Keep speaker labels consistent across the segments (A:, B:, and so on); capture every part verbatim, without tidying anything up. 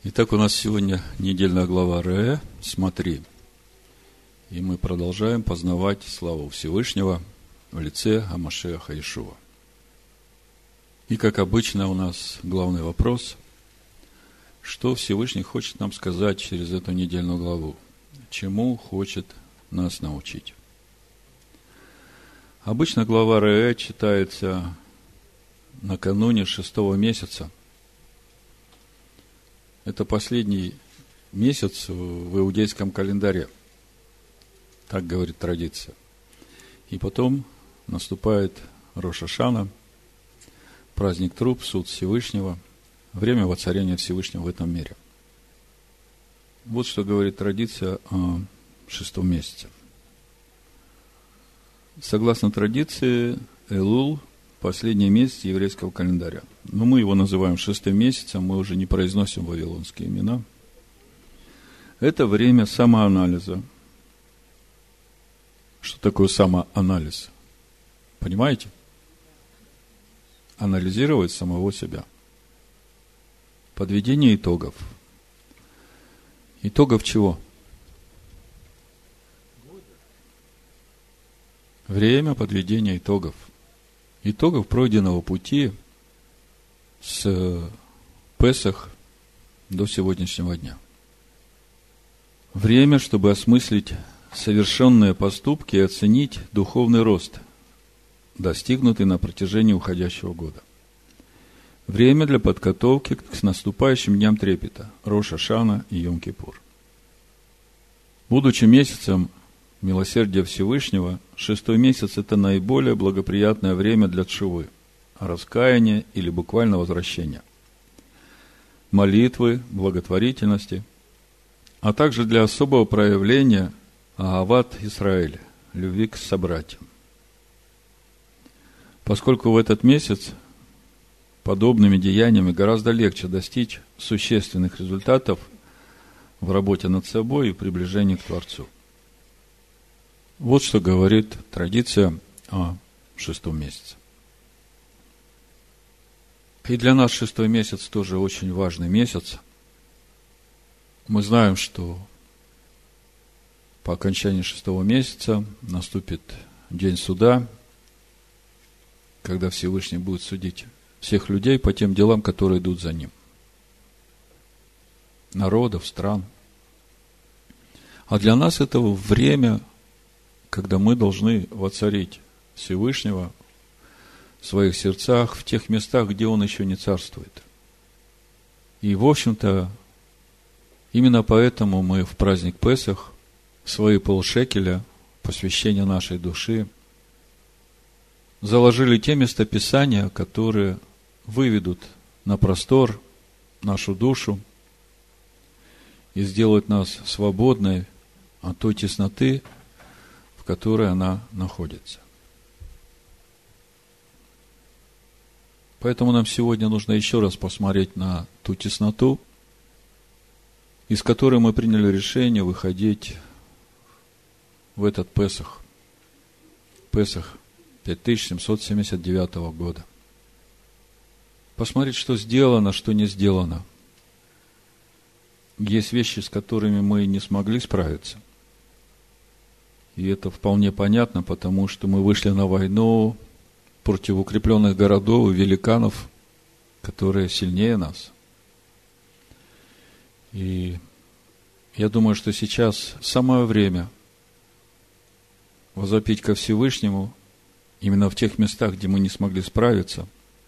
A: Итак, у нас сегодня недельная глава Ре, смотри. И мы продолжаем познавать славу Всевышнего в лице ха-Машиаха Иешуа. И, как обычно, у нас главный вопрос: что Всевышний хочет нам сказать через эту недельную главу? Чему хочет нас научить? Обычно глава Ре читается накануне шестого месяца. Это последний месяц в иудейском календаре. Так говорит традиция. И потом наступает Рош ха-Шана, праздник труб, суд Всевышнего, время воцарения Всевышнего в этом мире. Вот что говорит традиция о шестом месяце. Согласно традиции, Элул – последний месяц еврейского календаря. Но мы его называем шестым месяцем, мы уже не произносим вавилонские имена. Это время самоанализа. Что такое самоанализ? Понимаете? Анализировать самого себя. Подведение итогов. Итогов чего? Время подведения итогов. Итогов пройденного пути с Песах до сегодняшнего дня. Время, чтобы осмыслить совершенные поступки и оценить духовный рост, достигнутый на протяжении уходящего года. Время для подготовки к наступающим дням трепета, Рош ха-Шана и Йом-Кипур. Будучи месяцем милосердия Всевышнего, шестой месяц – это наиболее благоприятное время для тшувы, раскаяния или буквально возвращения, молитвы, благотворительности, а также для особого проявления Аават Исраэль, любви к собратьям. Поскольку в этот месяц подобными деяниями гораздо легче достичь существенных результатов в работе над собой и приближении к Творцу. Вот что говорит традиция о шестом месяце. И для нас шестой месяц тоже очень важный месяц. Мы знаем, что по окончании шестого месяца наступит день суда, когда Всевышний будет судить всех людей по тем делам, которые идут за ним. Народов, стран. А для нас это время, когда мы должны воцарить Всевышнего в своих сердцах, в тех местах, где Он еще не царствует. И, в общем-то, именно поэтому мы в праздник Песах свои полшекеля, посвящения нашей души, заложили те местописания, которые выведут на простор нашу душу и сделают нас свободной от той тесноты, в которой она находится. Поэтому нам сегодня нужно еще раз посмотреть на ту тесноту, из которой мы приняли решение выходить в этот Песах. Песах пять тысяч семьсот семьдесят девятого года. Посмотреть, что сделано, что не сделано. Есть вещи, с которыми мы не смогли справиться. И это вполне понятно, потому что мы вышли на войну против укрепленных городов и великанов, которые сильнее нас. И я думаю, что сейчас самое время возопить ко Всевышнему именно в тех местах, где мы не смогли справиться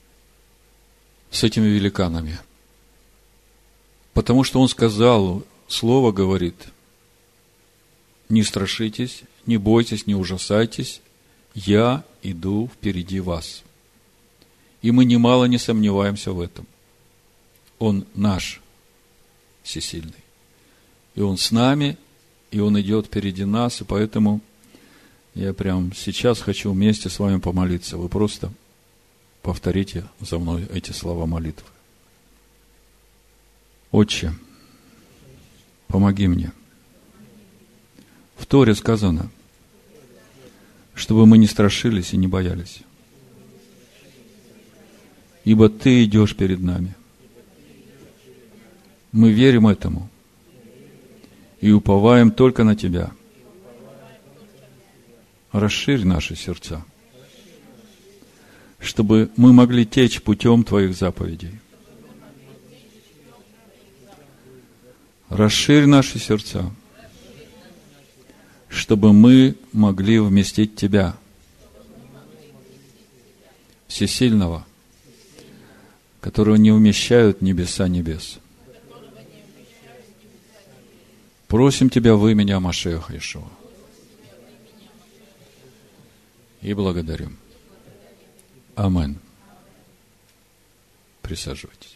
A: с этими великанами. Потому что Он сказал, Слово говорит: не страшитесь, не бойтесь, не ужасайтесь, я иду впереди вас. И мы немало не сомневаемся в этом. Он наш всесильный. И Он с нами, и Он идет впереди нас, и поэтому я прямо сейчас хочу вместе с вами помолиться. Вы просто повторите за мной эти слова молитвы. Отче, помоги мне. В Торе сказано, чтобы мы не страшились и не боялись. Ибо Ты идешь перед нами. Мы верим этому и уповаем только на Тебя. Расширь наши сердца, чтобы мы могли течь путем Твоих заповедей. Расширь наши сердца, чтобы мы могли вместить Тебя, Всесильного, которого не умещают небеса небес. Просим Тебя во имя Машиаха Иешуа. И благодарим. Амин. Присаживайтесь.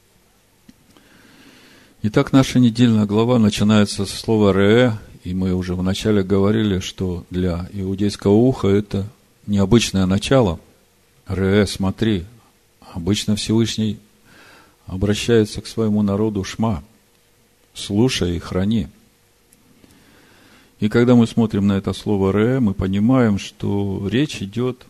A: Итак, наша недельная глава начинается со слова «ре», и мы уже вначале говорили, что для иудейского уха это необычное начало. «Ре, смотри». Обычно Всевышний обращается к своему народу «шма», «слушай и храни». И когда мы смотрим на это слово «ре», мы понимаем, что речь идет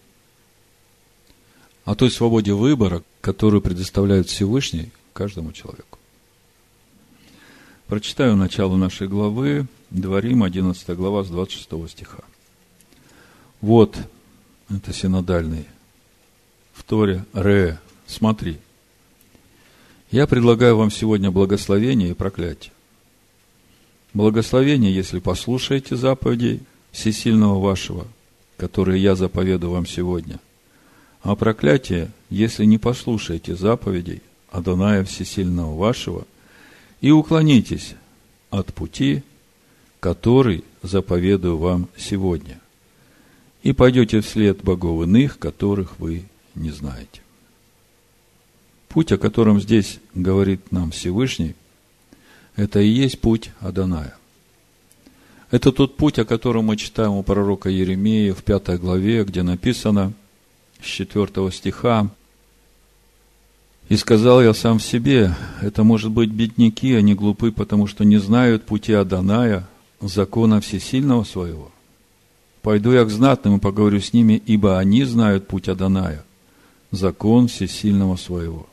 A: о той свободе выбора, которую предоставляет Всевышний каждому человеку. Прочитаю начало нашей главы, Дворим, одиннадцатая глава, с двадцать шестого стиха. Вот, это синодальный, в Торе «ре», смотри. Я предлагаю вам сегодня благословение и проклятие. Благословение, если послушаете заповедей Всесильного вашего, которые я заповедую вам сегодня. А проклятие, если не послушаете заповедей Адоная Всесильного вашего и уклонитесь от пути, который заповедую вам сегодня, и пойдете вслед богов иных, которых вы не знаете. Путь, о котором здесь говорит нам Всевышний, это и есть путь Адоная. Это тот путь, о котором мы читаем у пророка Иеремии в пятой главе, где написано с четвертого стиха: «И сказал я сам в себе, это, может быть, бедняки, они глупы, потому что не знают пути Адоная, закона Всесильного своего. Пойду я к знатным и поговорю с ними, ибо они знают путь Адоная, закон Всесильного своего».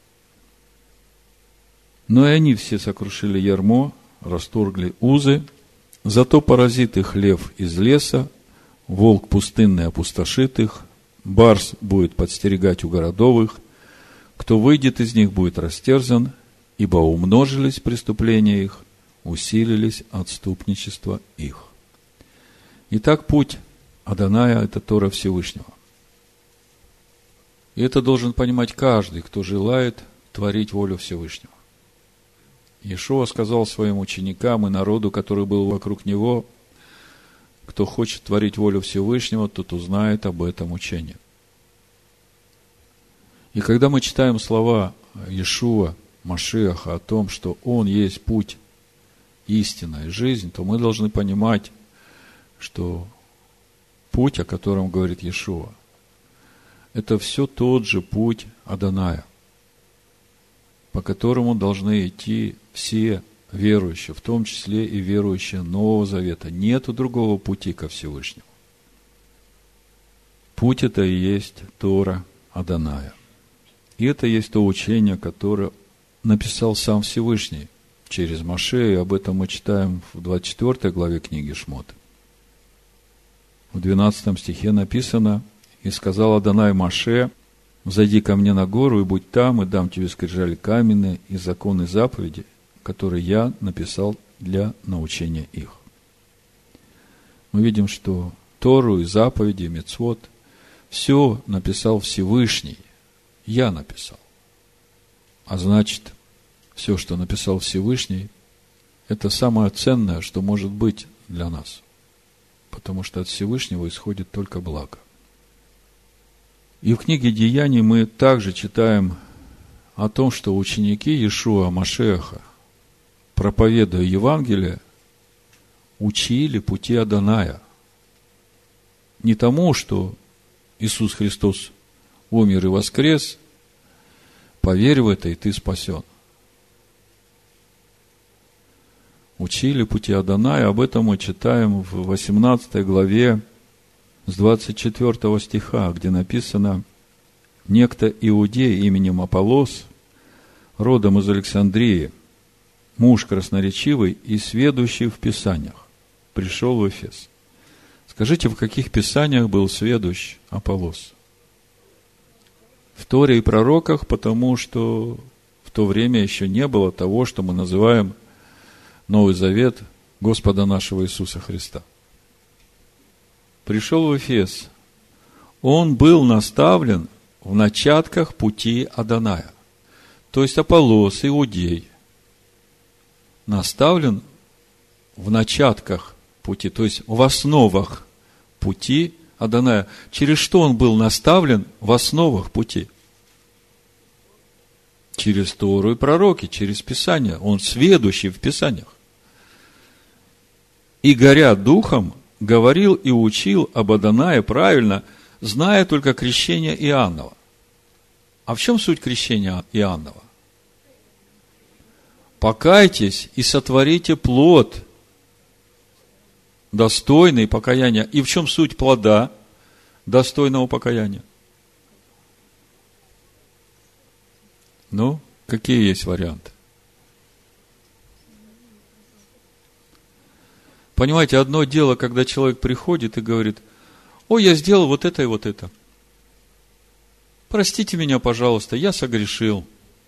A: Но и они все сокрушили ярмо, расторгли узы, зато поразит их лев из леса, волк пустынный опустошит их, барс будет подстерегать у городовых, кто выйдет из них, будет растерзан, ибо умножились преступления их, усилились отступничество их. Итак, путь Адоная – это Тора Всевышнего. И это должен понимать каждый, кто желает творить волю Всевышнего. Иешуа сказал своим ученикам и народу, который был вокруг него: кто хочет творить волю Всевышнего, тот узнает об этом учении. И когда мы читаем слова Иешуа, Машиаха, о том, что Он есть путь, истина и жизнь, то мы должны понимать, что путь, о котором говорит Иешуа, это все тот же путь Адоная, по которому должны идти все верующие, в том числе и верующие Нового Завета. Нету другого пути ко Всевышнему. Путь это и есть Тора Адоная. И это есть то учение, которое написал сам Всевышний через Моше, и об этом мы читаем в двадцать четвёртой главе книги Шмот. В двенадцатом стихе написано: «И сказал Адонай Моше: взойди ко мне на гору, и будь там, и дам тебе скрижали каменные и законы заповеди, которые я написал для научения их». Мы видим, что Тору и заповеди, мицвот, все написал Всевышний. Я написал. А значит, все, что написал Всевышний, это самое ценное, что может быть для нас. Потому что от Всевышнего исходит только благо. И в книге Деяний мы также читаем о том, что ученики Иешуа Машиаха, проповедуя Евангелие, учили пути Адоная. Не тому, что Иисус Христос умер и воскрес, поверь в это, и ты спасен. Учили пути Адоная, об этом мы читаем в восемнадцатой главе с двадцать четвёртого стиха, где написано: «Некто иудей именем Аполлос, родом из Александрии, муж красноречивый и сведущий в Писаниях, пришел в Эфес. Скажите, в каких Писаниях был сведущ Аполлос? В Торе и пророках, потому что в то время еще не было того, что мы называем Новый Завет Господа нашего Иисуса Христа. Пришел в Эфес. Он был наставлен в начатках пути Адоная. То есть Аполлос, иудей, наставлен в начатках пути, то есть в основах пути Адоная. Через что он был наставлен в основах пути? Через Тору и пророки, через Писание. Он сведущий в Писаниях. И, горя духом, говорил и учил об Адонае правильно, зная только крещение Иоаннова. А в чем суть крещения Иоаннова? Покайтесь и сотворите плод, достойный покаяния. И в чем суть плода достойного покаяния? Ну, какие есть варианты? Понимаете, одно дело, когда человек приходит и говорит: ой, я сделал вот это и вот это. Простите меня, пожалуйста, я согрешил.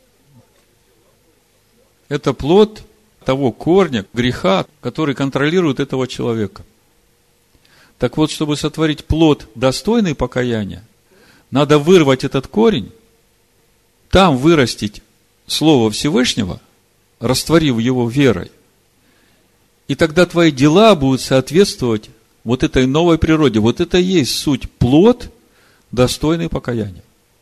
A: Это плод того корня, греха, который контролирует этого человека. Так вот, чтобы сотворить плод, достойный покаяния, надо вырвать этот корень, там вырастить Слово Всевышнего, растворив его верой. И тогда твои дела будут соответствовать вот этой новой природе. Вот это и есть суть плод, достойный покаяния.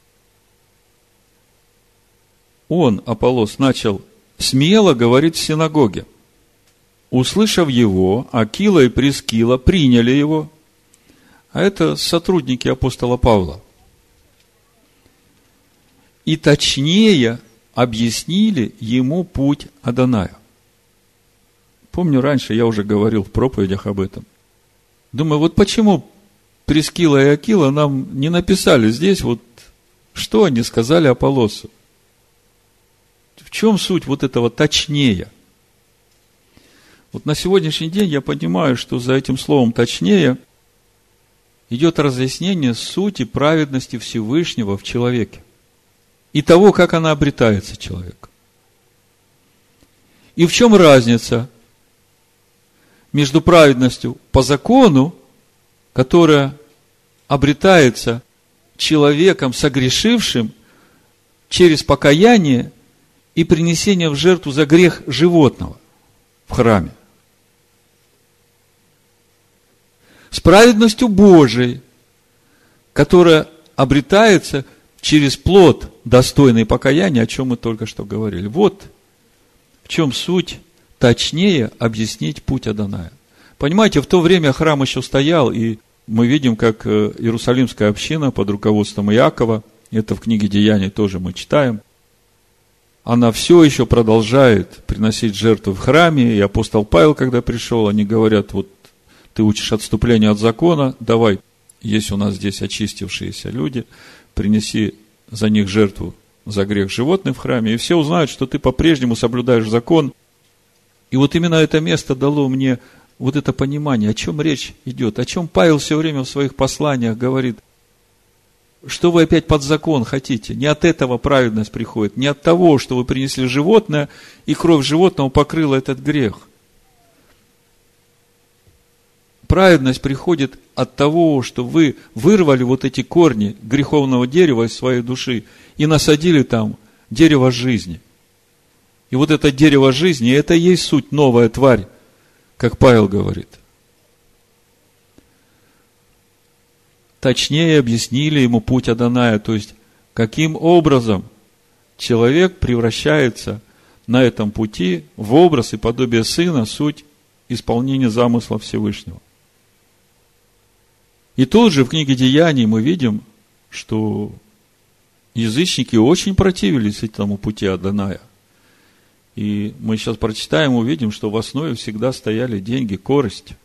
A: Он, Аполлос, начал смело говорить в синагоге. Услышав его, Акила и Прискила приняли его, а это сотрудники апостола Павла. И точнее объяснили ему путь Адоная. Помню, раньше я уже говорил в проповедях об этом. Думаю, вот почему Прискила и Акила нам не написали здесь, вот что они сказали Аполлосу? В чем суть вот этого точнее? Вот на сегодняшний день я понимаю, что за этим словом точнее идет разъяснение сути праведности Всевышнего в человеке и того, как она обретается человек. И в чем разница между праведностью по закону, которая обретается человеком согрешившим через покаяние и принесение в жертву за грех животного в храме, с праведностью Божией, которая обретается через плод, достойный покаяния, о чем мы только что говорили. Вот в чем суть точнее объяснить путь Адоная. Понимаете, в то время храм еще стоял, и мы видим, как Иерусалимская община под руководством Иакова, это в книге Деяний тоже мы читаем, она все еще продолжает приносить жертвы в храме, и апостол Павел, когда пришел, они говорят: вот ты учишь отступление от закона, давай, есть у нас здесь очистившиеся люди, принеси за них жертву за грех животных в храме, и все узнают, что ты по-прежнему соблюдаешь закон. И вот именно это место дало мне вот это понимание, о чем речь идет, о чем Павел все время в своих посланиях говорит. Что вы опять под закон хотите? Не от этого праведность приходит, не от того, что вы принесли животное, и кровь животного покрыла этот грех. Праведность приходит от того, что вы вырвали вот эти корни греховного дерева из своей души и насадили там дерево жизни. И вот это дерево жизни, это и есть суть новая тварь, как Павел говорит. Точнее объяснили ему путь Адоная, то есть, каким образом человек превращается на этом пути в образ и подобие Сына, суть исполнения замысла Всевышнего. И тут же в книге Деяний мы видим, что язычники очень противились этому пути Адоная. И мы сейчас прочитаем, увидим, что в основе всегда стояли деньги, корость.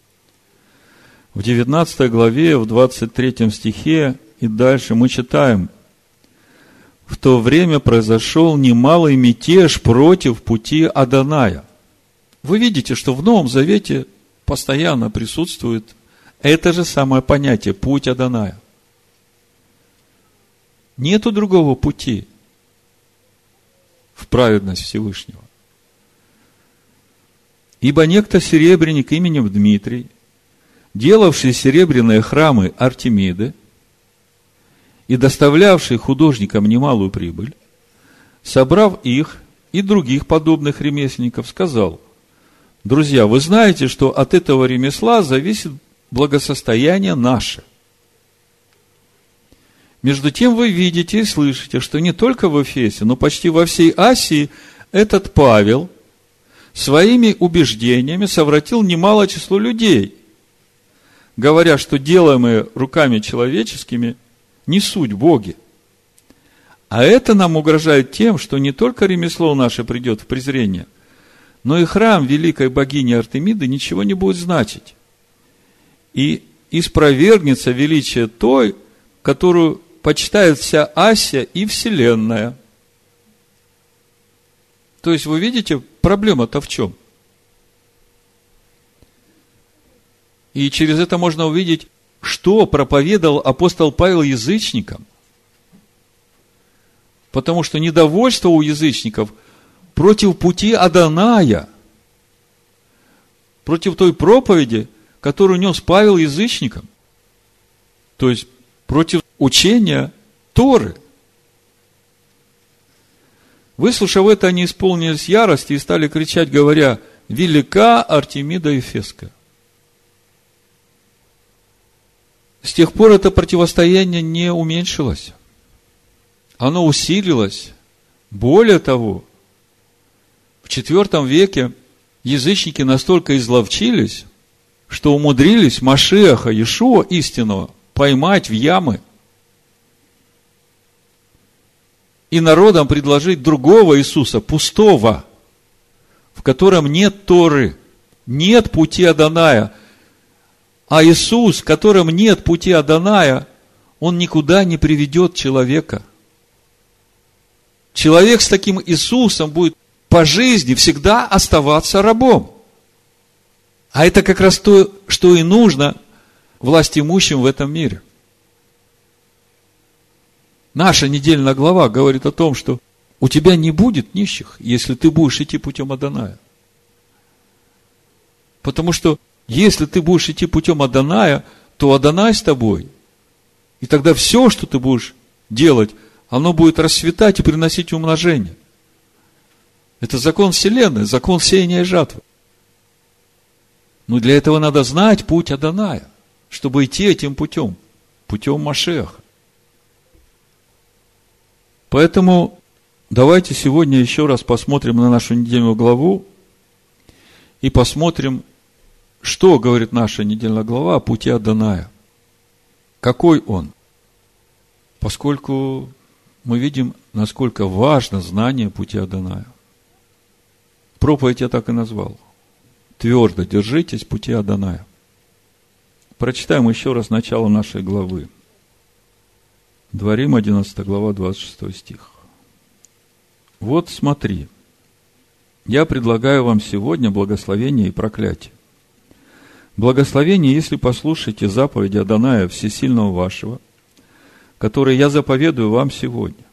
A: В девятнадцатой главе, в двадцать третьем стихе и дальше мы читаем: в то время произошел немалый мятеж против пути Адоная. Вы видите, что в Новом Завете постоянно присутствует это же самое понятие – путь Адоная. Нету другого пути в праведность Всевышнего. Ибо некто серебряник именем Дмитрий, делавший серебряные храмы Артемиды и доставлявший художникам немалую прибыль, собрав их и других подобных ремесленников, сказал: друзья, вы знаете, что от этого ремесла зависит благосостояние наше. Между тем вы видите и слышите, что не только в Эфесе, но почти во всей Асии этот Павел своими убеждениями совратил немало число людей, говоря, что делаемые руками человеческими не суть боги. А это нам угрожает тем, что не только ремесло наше придет в презрение, но и храм великой богини Артемиды ничего не будет значить. И испровергнется величие той, которую почитает вся Асия и Вселенная. То есть, вы видите, проблема-то в чем? И через это можно увидеть, что проповедовал апостол Павел язычникам. Потому что недовольство у язычников против пути Адоная, против той проповеди, которую нес Павел язычникам, то есть против учения Торы. Выслушав это, они исполнились ярости и стали кричать, говоря: велика Артемида Ефесская. С тех пор это противостояние не уменьшилось. Оно усилилось. Более того, в четвертом веке язычники настолько изловчились, что умудрились Машиаха, Иешуа истинного, поймать в ямы и народам предложить другого Иисуса, пустого, в котором нет Торы, нет пути Адоная. А Иисус, в котором нет пути Адоная, он никуда не приведет человека. Человек с таким Иисусом будет по жизни всегда оставаться рабом. А это как раз то, что и нужно властимущим в этом мире. Наша недельная глава говорит о том, что у тебя не будет нищих, если ты будешь идти путем Адоная. Потому что если ты будешь идти путем Адоная, то Адонай с тобой. И тогда все, что ты будешь делать, оно будет расцветать и приносить умножение. Это закон Вселенной, закон сеяния и жатвы. Но для этого надо знать путь Адоная, чтобы идти этим путем, путем Машиаха. Поэтому давайте сегодня еще раз посмотрим на нашу недельную главу и посмотрим, что говорит наша недельная глава о пути Адоная. Какой он? Поскольку мы видим, насколько важно знание пути Адоная. Проповедь я так и назвал. Твердо держитесь пути Адоная. Прочитаем еще раз начало нашей главы. Дворим, одиннадцатая глава, двадцать шестой стих. Вот смотри, я предлагаю вам сегодня благословение и проклятие. Благословение, если послушаете заповеди Адоная Всесильного вашего, которые я заповедую вам сегодня.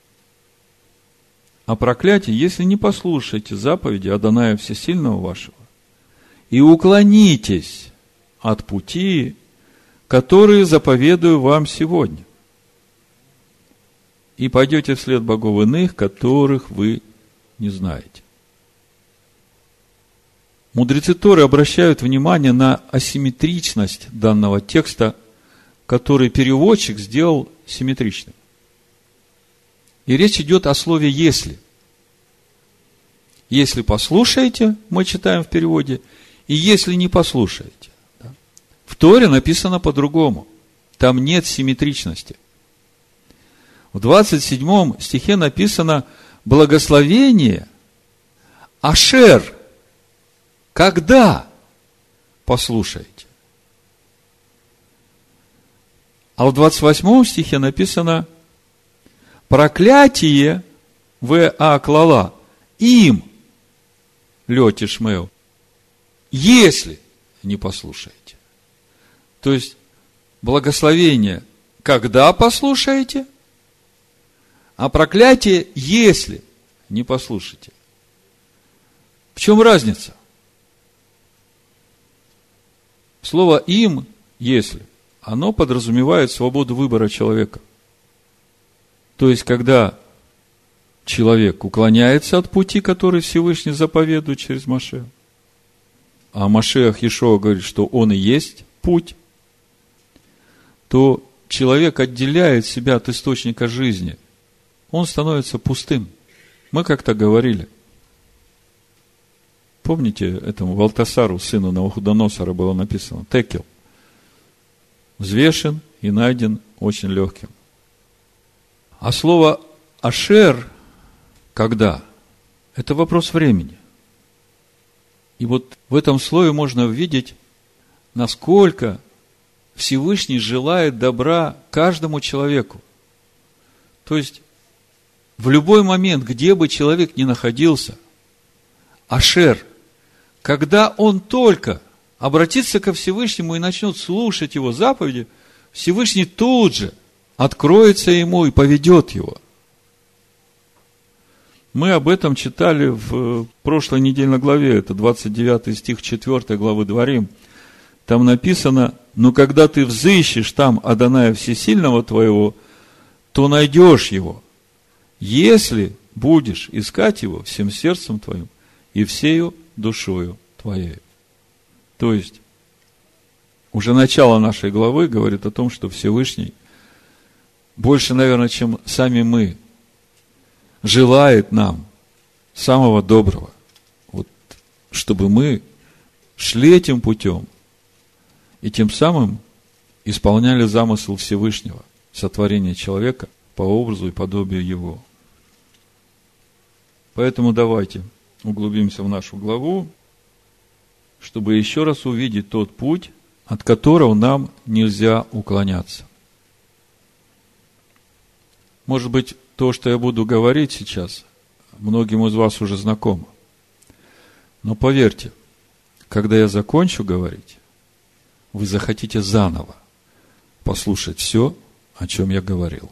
A: А проклятие, если не послушаете заповеди Адоная Всесильного вашего и уклонитесь от пути, которые заповедую вам сегодня, и пойдете вслед богов иных, которых вы не знаете. Мудрецы Торы обращают внимание на асимметричность данного текста, который переводчик сделал симметричным. И речь идет о слове «если». Если послушаете, мы читаем в переводе, и если не послушаете. В Торе написано по-другому. Там нет симметричности. В двадцать седьмом стихе написано благословение Ашер. Когда послушаете? А в двадцать восьмом стихе написано проклятие в а клала им лёте шмео, если не послушаете. То есть, благословение, когда послушаете, а проклятие, если не послушаете. В чем разница? Слово «им», «если», оно подразумевает свободу выбора человека. То есть, когда человек уклоняется от пути, который Всевышний заповедует через Машеха, а Машех Иешуа говорит, что он и есть путь, то человек отделяет себя от источника жизни. Он становится пустым. Мы как-то говорили. Помните, этому Валтасару, сыну Навуходоносора, было написано: текел, взвешен и найден очень легким. А слово ашер, когда, это вопрос времени. И вот в этом слове можно увидеть, насколько Всевышний желает добра каждому человеку. То есть, в любой момент, где бы человек ни находился, ашер, когда он только обратится ко Всевышнему и начнет слушать его заповеди, Всевышний тут же откроется ему и поведет его. Мы об этом читали в прошлой недельной главе, это двадцать девятый стих четвёртой главы Дворим. Там написано: но когда ты взыщешь там Адоная Всесильного твоего, то найдешь его, если будешь искать его всем сердцем твоим и всею душою твоей. То есть, уже начало нашей главы говорит о том, что Всевышний больше, наверное, чем сами мы, желает нам самого доброго. Вот, чтобы мы шли этим путем и тем самым исполняли замысел Всевышнего, сотворения человека по образу и подобию его. Поэтому давайте углубимся в нашу главу, чтобы еще раз увидеть тот путь, от которого нам нельзя уклоняться. Может быть, то, что я буду говорить сейчас, многим из вас уже знакомо. Но поверьте, когда я закончу говорить, вы захотите заново послушать все, о чем я говорил.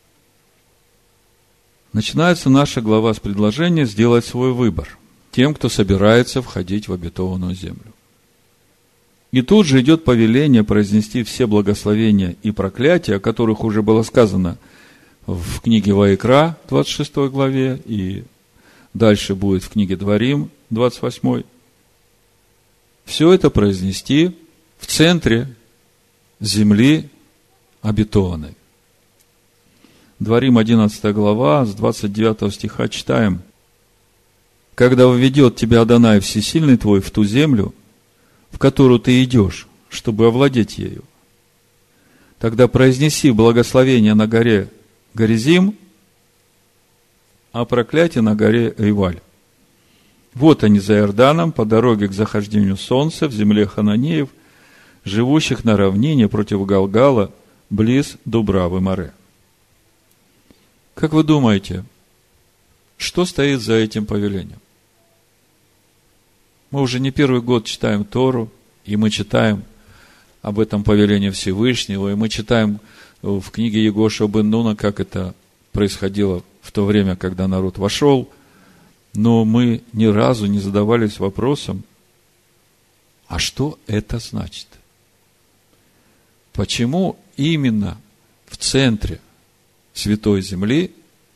A: Начинается наша глава с предложения сделать свой выбор тем, кто собирается входить в обетованную землю. И тут же идет повеление произнести все благословения и проклятия, о которых уже было сказано в книге Ваикра, двадцать шестой главе, и дальше будет в книге Дворим, двадцать восьмой. Все это произнести в центре земли обетованной. Дворим, одиннадцатая глава, с двадцать девятого стиха читаем: «Когда введет тебя Адонай Всесильный твой в ту землю, в которую ты идешь, чтобы овладеть ею, тогда произнеси благословение на горе Горизим, а проклятие на горе Эйваль. Вот они за Иорданом, по дороге к захождению солнца, в земле хананеев, живущих на равнине против Галгала, близ Дубравы Море». Как вы думаете, что стоит за этим повелением? Мы уже не первый год читаем Тору, и мы читаем об этом повелении Всевышнего, и мы читаем в книге Егошуа бен Нуна, как это происходило в то время, когда народ вошел, но мы ни разу не задавались вопросом, а что это значит? Почему именно в центре Святой Земли,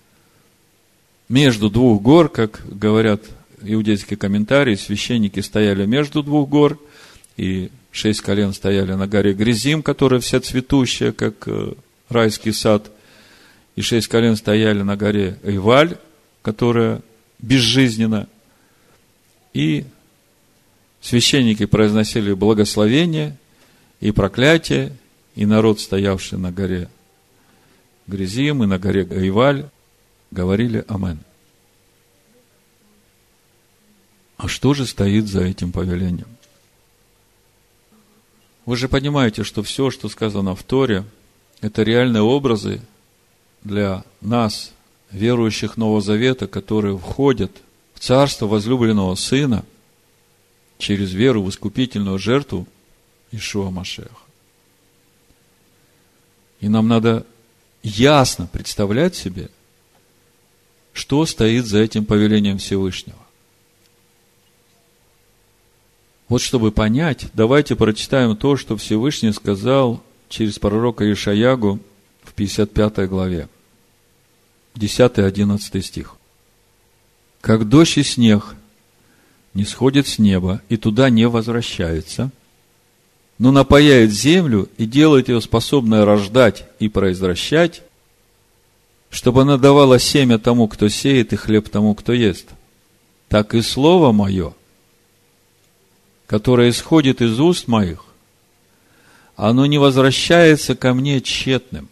A: между двух гор, как говорят иудейские комментарии, священники стояли между двух гор, и шесть колен стояли на горе Гризим, которая вся цветущая, как райский сад, и шесть колен стояли на горе Эйваль, которая безжизненна, и священники произносили благословение и проклятие, и народ, стоявший на горе Гризим и на горе Эйваль, говорили амен. А что же стоит за этим повелением? Вы же понимаете, что все, что сказано в Торе, это реальные образы для нас, верующих Нового Завета, которые входят в царство возлюбленного Сына через веру в искупительную жертву Иешуа Машиаха. И нам надо ясно представлять себе, что стоит за этим повелением Всевышнего. Вот чтобы понять, давайте прочитаем то, что Всевышний сказал через пророка Ишаягу в пятьдесят пятой главе, десятый-одиннадцатый стих. «Как дождь и снег не сходит с неба и туда не возвращается, но напояет землю и делает ее способной рождать и произвращать, чтобы она давала семя тому, кто сеет, и хлеб тому, кто ест. Так и слово мое, которое исходит из уст моих, оно не возвращается ко мне тщетным,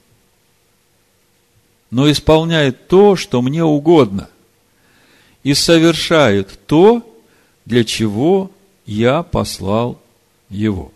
A: но исполняет то, что мне угодно, и совершает то, для чего я послал его».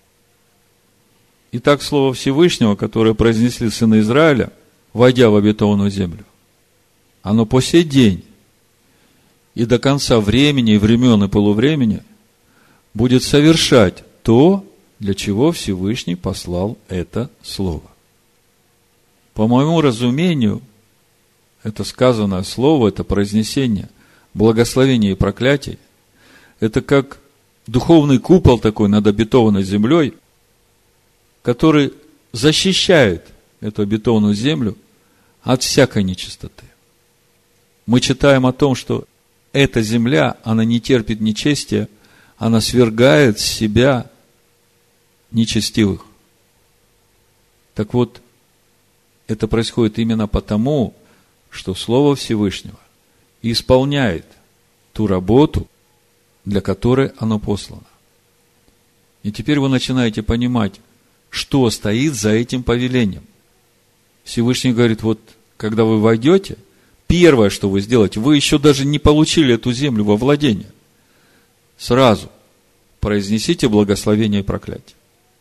A: Итак, слово Всевышнего, которое произнесли сыны Израиля, войдя в обетованную землю, оно по сей день и до конца времени, и времен, и полувремени будет совершать то, для чего Всевышний послал это слово. По моему разумению, это сказанное слово, это произнесение благословений и проклятий, это как духовный купол такой над обетованной землей, который защищает эту обетованную землю от всякой нечистоты. Мы читаем о том, что эта земля, она не терпит нечестия, она свергает с себя нечестивых. Так вот, это происходит именно потому, что Слово Всевышнего исполняет ту работу, для которой оно послано. И теперь вы начинаете понимать, что стоит за этим повелением. Всевышний говорит, вот, когда вы войдете, первое, что вы сделаете, вы еще даже не получили эту землю во владение. Сразу произнесите благословение и проклятие.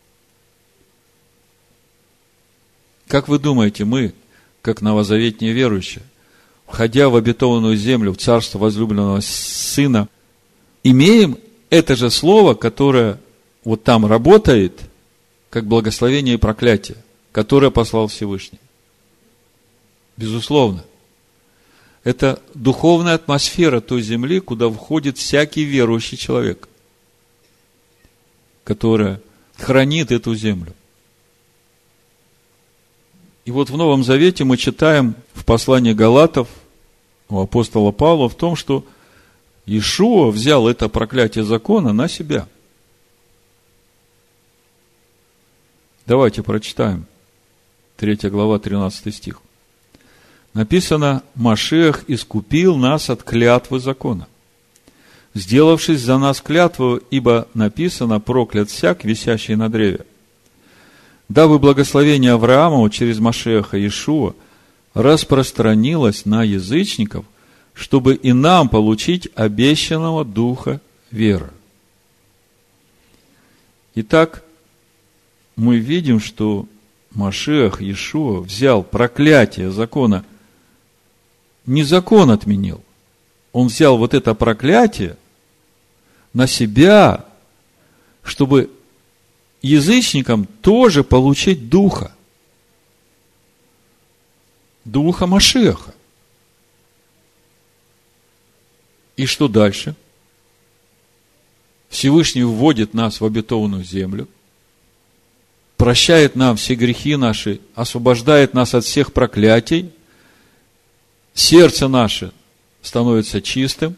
A: Как вы думаете, мы, как новозаветные верующие, входя в обетованную землю, в царство возлюбленного Сына, имеем это же слово, которое вот там работает, как благословение и проклятие, которое послал Всевышний? Безусловно. Это духовная атмосфера той земли, куда входит всякий верующий человек, которая хранит эту землю. И вот в Новом Завете мы читаем в послании Галатов у апостола Павла в том, что Иешуа взял это проклятие закона на себя. Давайте прочитаем. третья глава, тринадцатый стих. Написано: «Машиах искупил нас от клятвы закона, сделавшись за нас клятвою, ибо написано: проклят всяк, висящий на древе. Дабы благословение Авраамову через Машиаха Иешуа распространилось на язычников, чтобы и нам получить обещанного духа веры». Итак, мы видим, что Машиах Иешуа взял проклятие закона, не закон отменил, он взял вот это проклятие на себя, чтобы язычникам тоже получить духа, духа Машиаха. И что дальше? Всевышний вводит нас в обетованную землю, прощает нам все грехи наши, освобождает нас от всех проклятий, сердце наше становится чистым,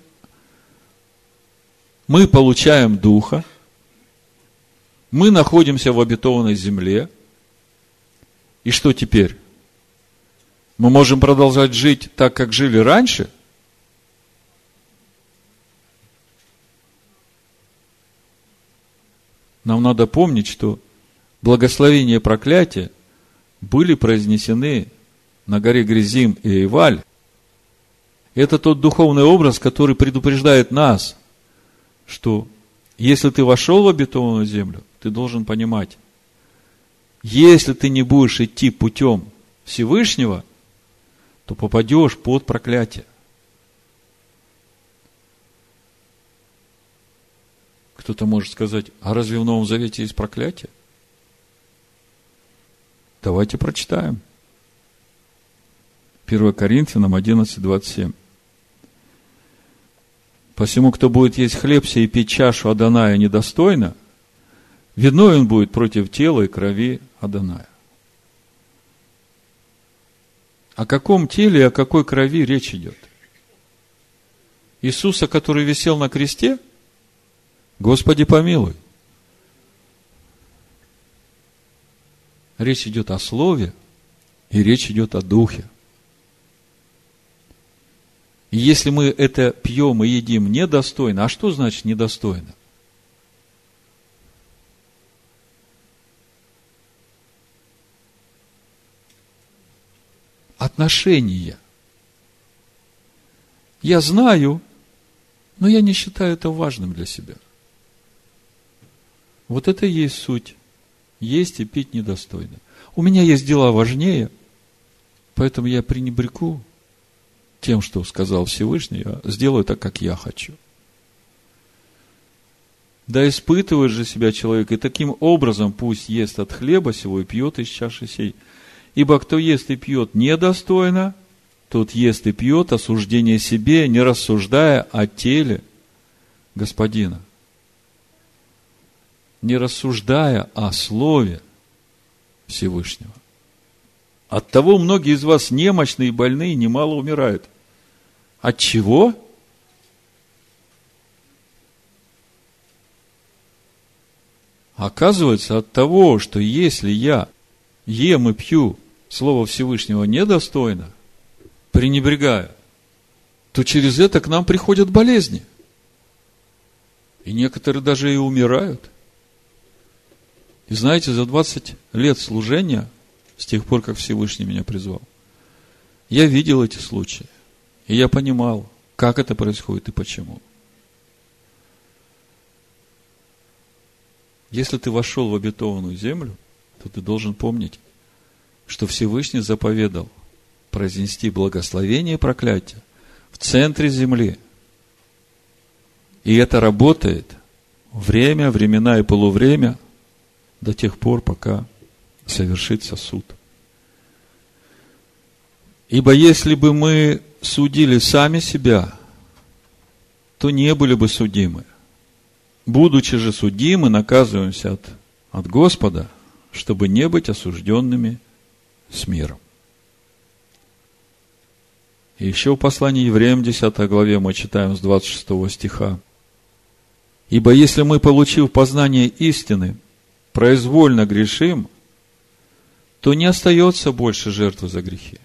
A: мы получаем Духа, мы находимся в обетованной земле, и что теперь? Мы можем продолжать жить так, как жили раньше? Нам надо помнить, что благословение и проклятие были произнесены на горе Гризим и Эйваль. Это тот духовный образ, который предупреждает нас, что если ты вошел в обетованную землю, ты должен понимать, если ты не будешь идти путем Всевышнего, то попадешь под проклятие. Кто-то может сказать, а разве в Новом Завете есть проклятие? Давайте прочитаем. первое Коринфянам одиннадцать, двадцать семь. Посему, кто будет есть хлеб сей и пить чашу Адоная недостойно, виновен он будет против тела и крови Адоная. О каком теле и о какой крови речь идет? Иисуса, который висел на кресте? Господи, помилуй. Речь идет о Слове, и речь идет о Духе. И если мы это пьем и едим недостойно, а что значит недостойно? Отношения. Я знаю, но я не считаю это важным для себя. Вот это и есть суть. Есть и пить недостойно. У меня есть дела важнее, поэтому я пренебрегу тем, что сказал Всевышний, я сделаю так, как я хочу. Да испытывает же себя человек, и таким образом пусть ест от хлеба сего и пьет из чаши сей. Ибо кто ест и пьет недостойно, тот ест и пьет осуждение себе, не рассуждая о теле Господина. Не рассуждая о Слове Всевышнего. Оттого многие из вас немощные и больные немало умирают. От чего? Оказывается, от того, что если я ем и пью Слово Всевышнего недостойно, пренебрегая, то через это к нам приходят болезни. И некоторые даже и умирают. И знаете, за двадцать лет служения, с тех пор, как Всевышний меня призвал, я видел эти случаи. И я понимал, как это происходит и почему. Если ты вошел в обетованную землю, то ты должен помнить, что Всевышний заповедал произнести благословение и проклятие в центре земли. И это работает время, времена и полувремя до тех пор, пока совершится суд. Ибо если бы мы судили сами себя, то не были бы судимы. Будучи же судимы, наказываемся от, от Господа, чтобы не быть осужденными с миром. И еще в послании Евреям десятой главе мы читаем с двадцать шестого стиха. Ибо если мы, получив познание истины, произвольно грешим, то не остается больше жертвы за грехи.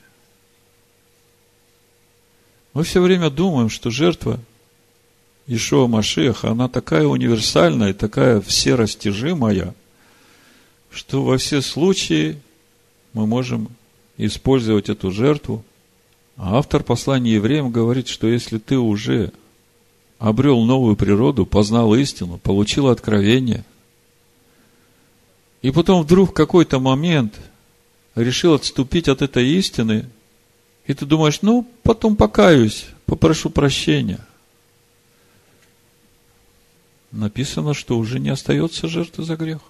A: Мы все время думаем, что жертва Иешуа Машиаха, она такая универсальная, такая всерастяжимая, что во все случаи мы можем использовать эту жертву. А автор послания Евреям говорит, что если ты уже обрел новую природу, познал истину, получил откровение, и потом вдруг в какой-то момент решил отступить от этой истины, и ты думаешь, ну, потом покаюсь, попрошу прощения. Написано, что уже не остается жертвы за грех.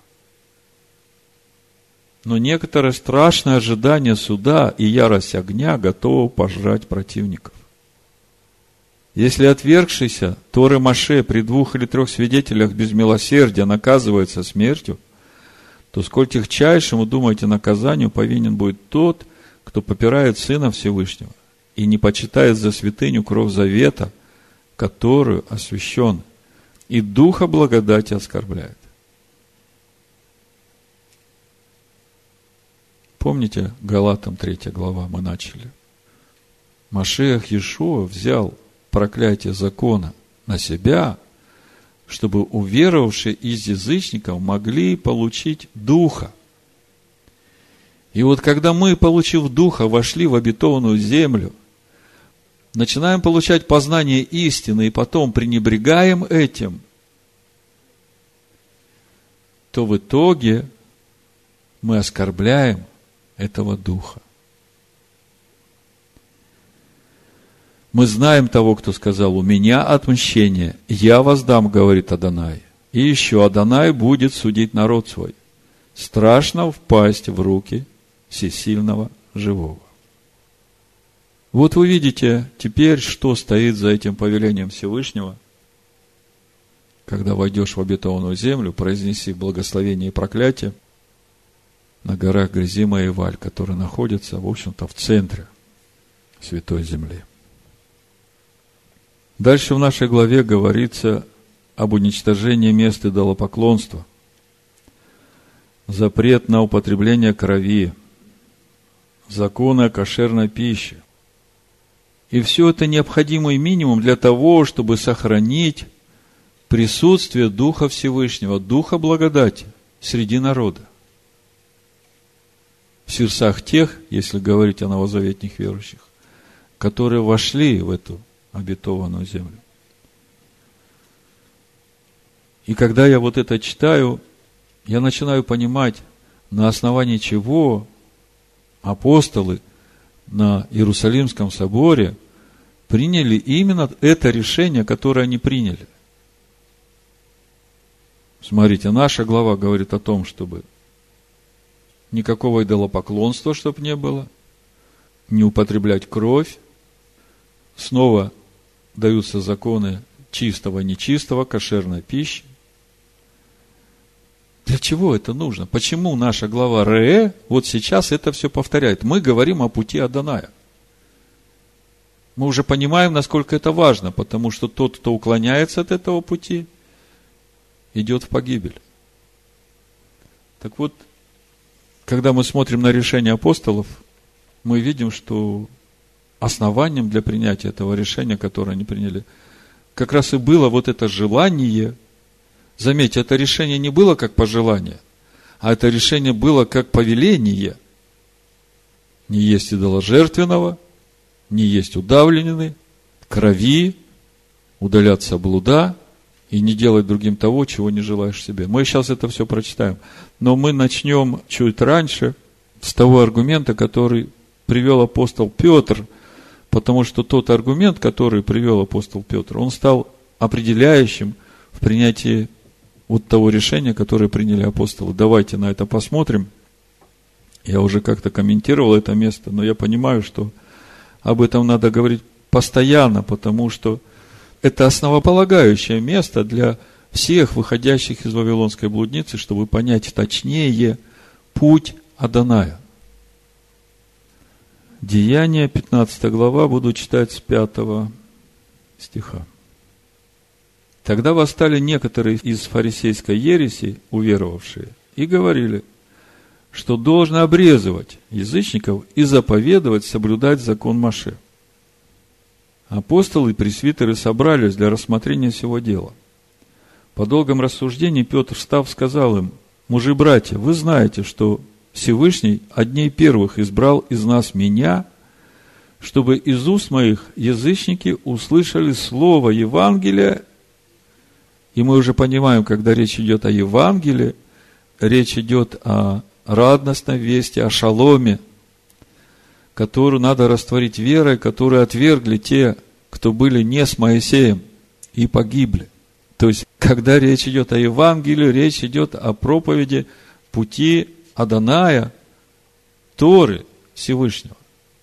A: Но некоторое страшное ожидание суда и ярость огня готовы пожрать противников. Если отвергшийся Торы Моше при двух или трех свидетелях без милосердия наказывается смертью, то сколь тягчайшему, думаете, наказанию повинен будет тот, кто попирает Сына Всевышнего и не почитает за святыню кровь завета, которую освящен, и Духа благодати оскорбляет. Помните, Галатам третья глава мы начали? Машиах Иешуа взял проклятие закона на себя, чтобы уверовавшие из язычников могли получить Духа. И вот когда мы, получив Духа, вошли в обетованную землю, начинаем получать познание истины и потом пренебрегаем этим, то в итоге мы оскорбляем этого Духа. Мы знаем того, кто сказал: у меня отмщение, я воздам, говорит Адонай. И еще Адонай будет судить народ свой. Страшно впасть в руки всесильного живого. Вот вы видите теперь, что стоит за этим повелением Всевышнего. Когда войдешь в обетованную землю, произнеси благословение и проклятие на горах Гризима и Валь, которые находятся, в общем-то, в центре Святой Земли. Дальше в нашей главе говорится об уничтожении мест идолопоклонства, запрет на употребление крови, законы о кошерной пище. И все это необходимый минимум для того, чтобы сохранить присутствие Духа Всевышнего, Духа благодати среди народа. В сердцах тех, если говорить о новозаветных верующих, которые вошли в эту обетованную землю. И когда я вот это читаю, я начинаю понимать, на основании чего апостолы на Иерусалимском соборе приняли именно это решение, которое они приняли. Смотрите, наша глава говорит о том, чтобы никакого идолопоклонства, чтобы не было, не употреблять кровь. Снова даются законы чистого, нечистого, кошерной пищи. Для чего это нужно? Почему наша глава Ре вот сейчас это все повторяет? Мы говорим о пути Адоная. Мы уже понимаем, насколько это важно, потому что тот, кто уклоняется от этого пути, идет в погибель. Так вот, когда мы смотрим на решение апостолов, мы видим, что основанием для принятия этого решения, которое они приняли, как раз и было вот это желание. Заметьте, это решение не было как пожелание, а это решение было как повеление. Не есть идоложертвенного, не есть удавленины, крови, удаляться блуда и не делать другим того, чего не желаешь себе. Мы сейчас это все прочитаем. Но мы начнем чуть раньше с того аргумента, который привел апостол Петр, потому что тот аргумент, который привел апостол Петр, он стал определяющим в принятии вот того решения, которое приняли апостолы. Давайте на это посмотрим. Я уже как-то комментировал это место, но я понимаю, что об этом надо говорить постоянно, потому что это основополагающее место для всех выходящих из Вавилонской блудницы, чтобы понять точнее путь Адоная. Деяния, пятнадцатая глава, буду читать с пятого стиха. Тогда восстали некоторые из фарисейской ереси, уверовавшие, и говорили, что должно обрезывать язычников и заповедовать соблюдать закон Моше. Апостолы и пресвитеры собрались для рассмотрения всего дела. По долгом рассуждении Петр, встав, сказал им: мужи-братья, вы знаете, что Всевышний одней первых избрал из нас меня, чтобы из уст моих язычники услышали слово Евангелия. И мы уже понимаем, когда речь идет о Евангелии, речь идет о радостной вести, о шаломе, которую надо растворить верой, которую отвергли те, кто были не с Моисеем и погибли. То есть, когда речь идет о Евангелии, речь идет о проповеди пути Адоная, Торы Всевышнего.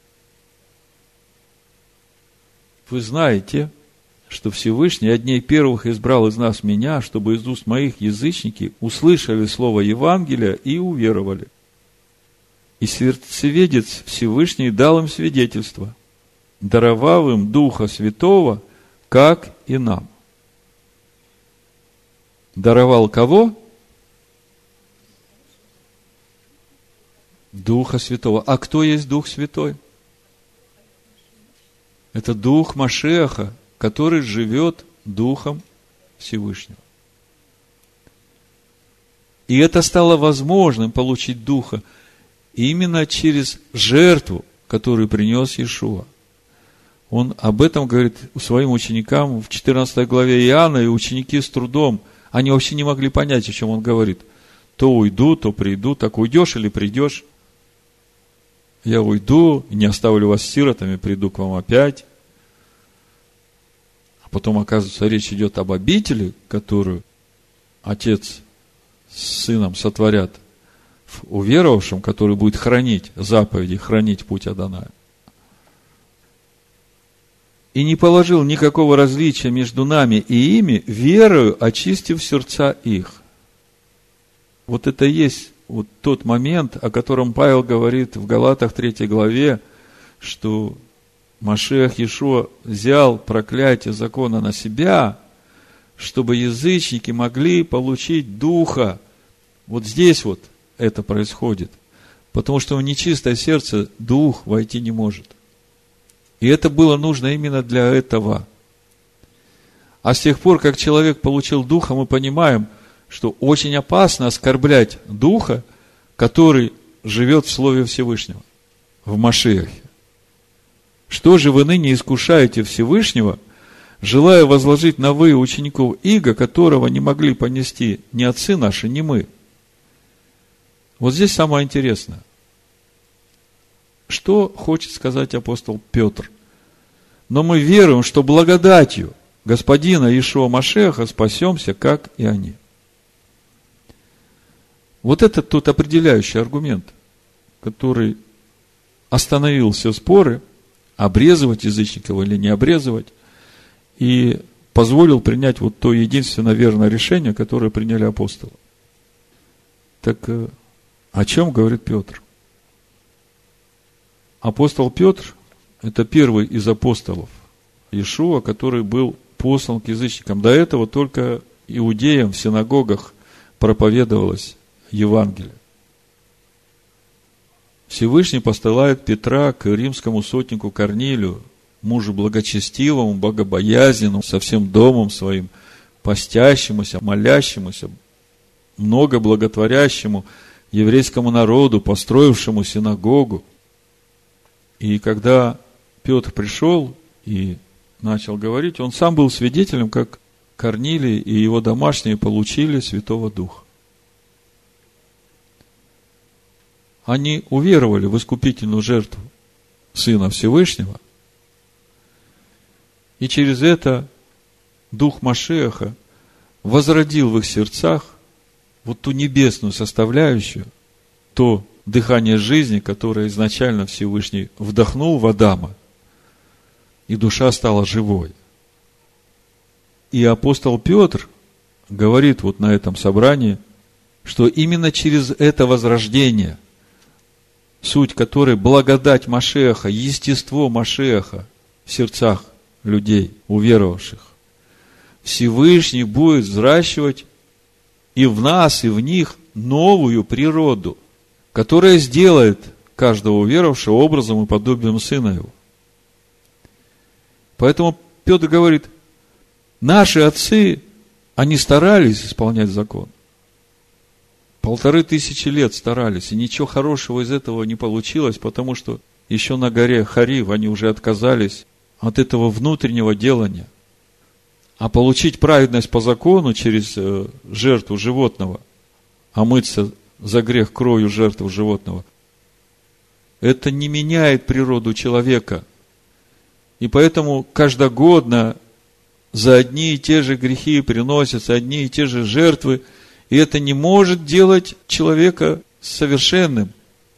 A: Вы знаете, что Всевышний одней первых избрал из нас меня, чтобы из уст моих язычники услышали слово Евангелия и уверовали. И сердцеведец Всевышний дал им свидетельство, даровав им Духа Святого, как и нам. Даровал кого? Духа Святого. А кто есть Дух Святой? Это Дух Машеха, который живет Духом Всевышнего. И это стало возможным получить Духа именно через жертву, которую принес Иешуа. Он об этом говорит своим ученикам в четырнадцатой главе Иоанна, и ученики с трудом, они вообще не могли понять, о чем он говорит. То уйду, то приду, так уйдешь или придешь? Я уйду, не оставлю вас сиротами, приду к вам опять. А потом, оказывается, речь идет об обители, которую отец с сыном сотворят в уверовавшем, который будет хранить заповеди, хранить путь Адоная. И не положил никакого различия между нами и ими, верою очистив сердца их. Вот это и есть вот тот момент, о котором Павел говорит в Галатах третьей главе, что Машиах Иешуа взял проклятие закона на себя, чтобы язычники могли получить Духа. Вот здесь вот это происходит. Потому что в нечистое сердце Дух войти не может. И это было нужно именно для этого. А с тех пор, как человек получил Духа, мы понимаем, что очень опасно оскорблять Духа, который живет в Слове Всевышнего, в Машиахе. Что же вы ныне искушаете Всевышнего, желая возложить на вы учеников иго, которого не могли понести ни отцы наши, ни мы? Вот здесь самое интересное. Что хочет сказать апостол Петр? Но мы веруем, что благодатью Господина Иешуа Машиаха спасемся, как и они. Вот это тот определяющий аргумент, который остановил все споры, обрезывать язычников или не обрезывать, и позволил принять вот то единственное верное решение, которое приняли апостолы. Так о чем говорит Петр? Апостол Петр – это первый из апостолов Иешуа, который был послан к язычникам. До этого только иудеям в синагогах проповедовалось Евангелие. Всевышний посылает Петра к римскому сотнику Корнилию, мужу благочестивому, богобоязненному, со всем домом своим, постящемуся, молящемуся, много благотворящему еврейскому народу, построившему синагогу. И когда Петр пришел и начал говорить, он сам был свидетелем, как Корнилий и его домашние получили Святого Духа. Они уверовали в искупительную жертву Сына Всевышнего, и через это Дух Машиаха возродил в их сердцах вот ту небесную составляющую, то дыхание жизни, которое изначально Всевышний вдохнул в Адама, и душа стала живой. И апостол Петр говорит вот на этом собрании, что именно через это возрождение, суть которой благодать Машиаха, естество Машиаха в сердцах людей, уверовавших, Всевышний будет взращивать и в нас, и в них новую природу, которая сделает каждого уверовавшего образом и подобием Сына Его. Поэтому Петр говорит, наши отцы, они старались исполнять закон. Полторы тысячи лет старались, и ничего хорошего из этого не получилось, потому что еще на горе Харив они уже отказались от этого внутреннего делания. А получить праведность по закону через жертву животного, омыться за грех кровью жертвы животного, это не меняет природу человека. И поэтому каждогодно за одни и те же грехи приносятся одни и те же жертвы, и это не может делать человека совершенным.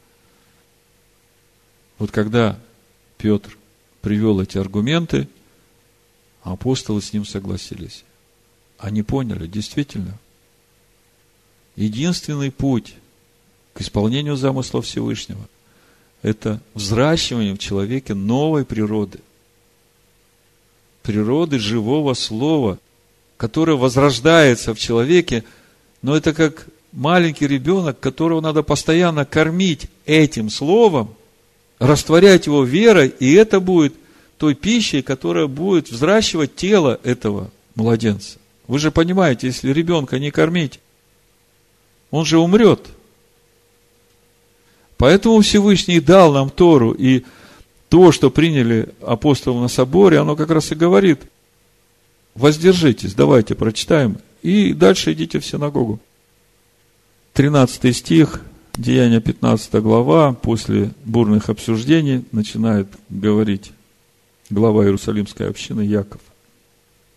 A: Вот когда Петр привел эти аргументы, апостолы с ним согласились. Они поняли, действительно, единственный путь к исполнению замысла Всевышнего – это взращивание в человеке новой природы. Природы живого слова, которое возрождается в человеке, но это как маленький ребенок, которого надо постоянно кормить этим словом, растворять его верой, и это будет той пищей, которая будет взращивать тело этого младенца. Вы же понимаете, если ребенка не кормить, он же умрет. Поэтому Всевышний дал нам Тору, и то, что приняли апостолы на соборе, оно как раз и говорит, воздержитесь, давайте прочитаем, и дальше идите в синагогу. тринадцатый стих, Деяния пятнадцатая глава, после бурных обсуждений начинает говорить глава Иерусалимской общины Яков.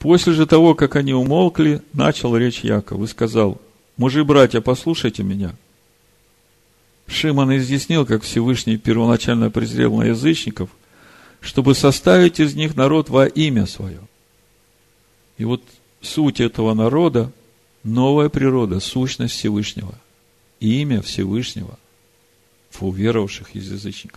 A: После же того, как они умолкли, начал речь Яков и сказал: мужи, братья, послушайте меня. Шимон изъяснил, как Всевышний первоначально презрел на язычников, чтобы составить из них народ во имя свое. И вот суть этого народа – новая природа, сущность Всевышнего, имя Всевышнего в уверовавших из язычников.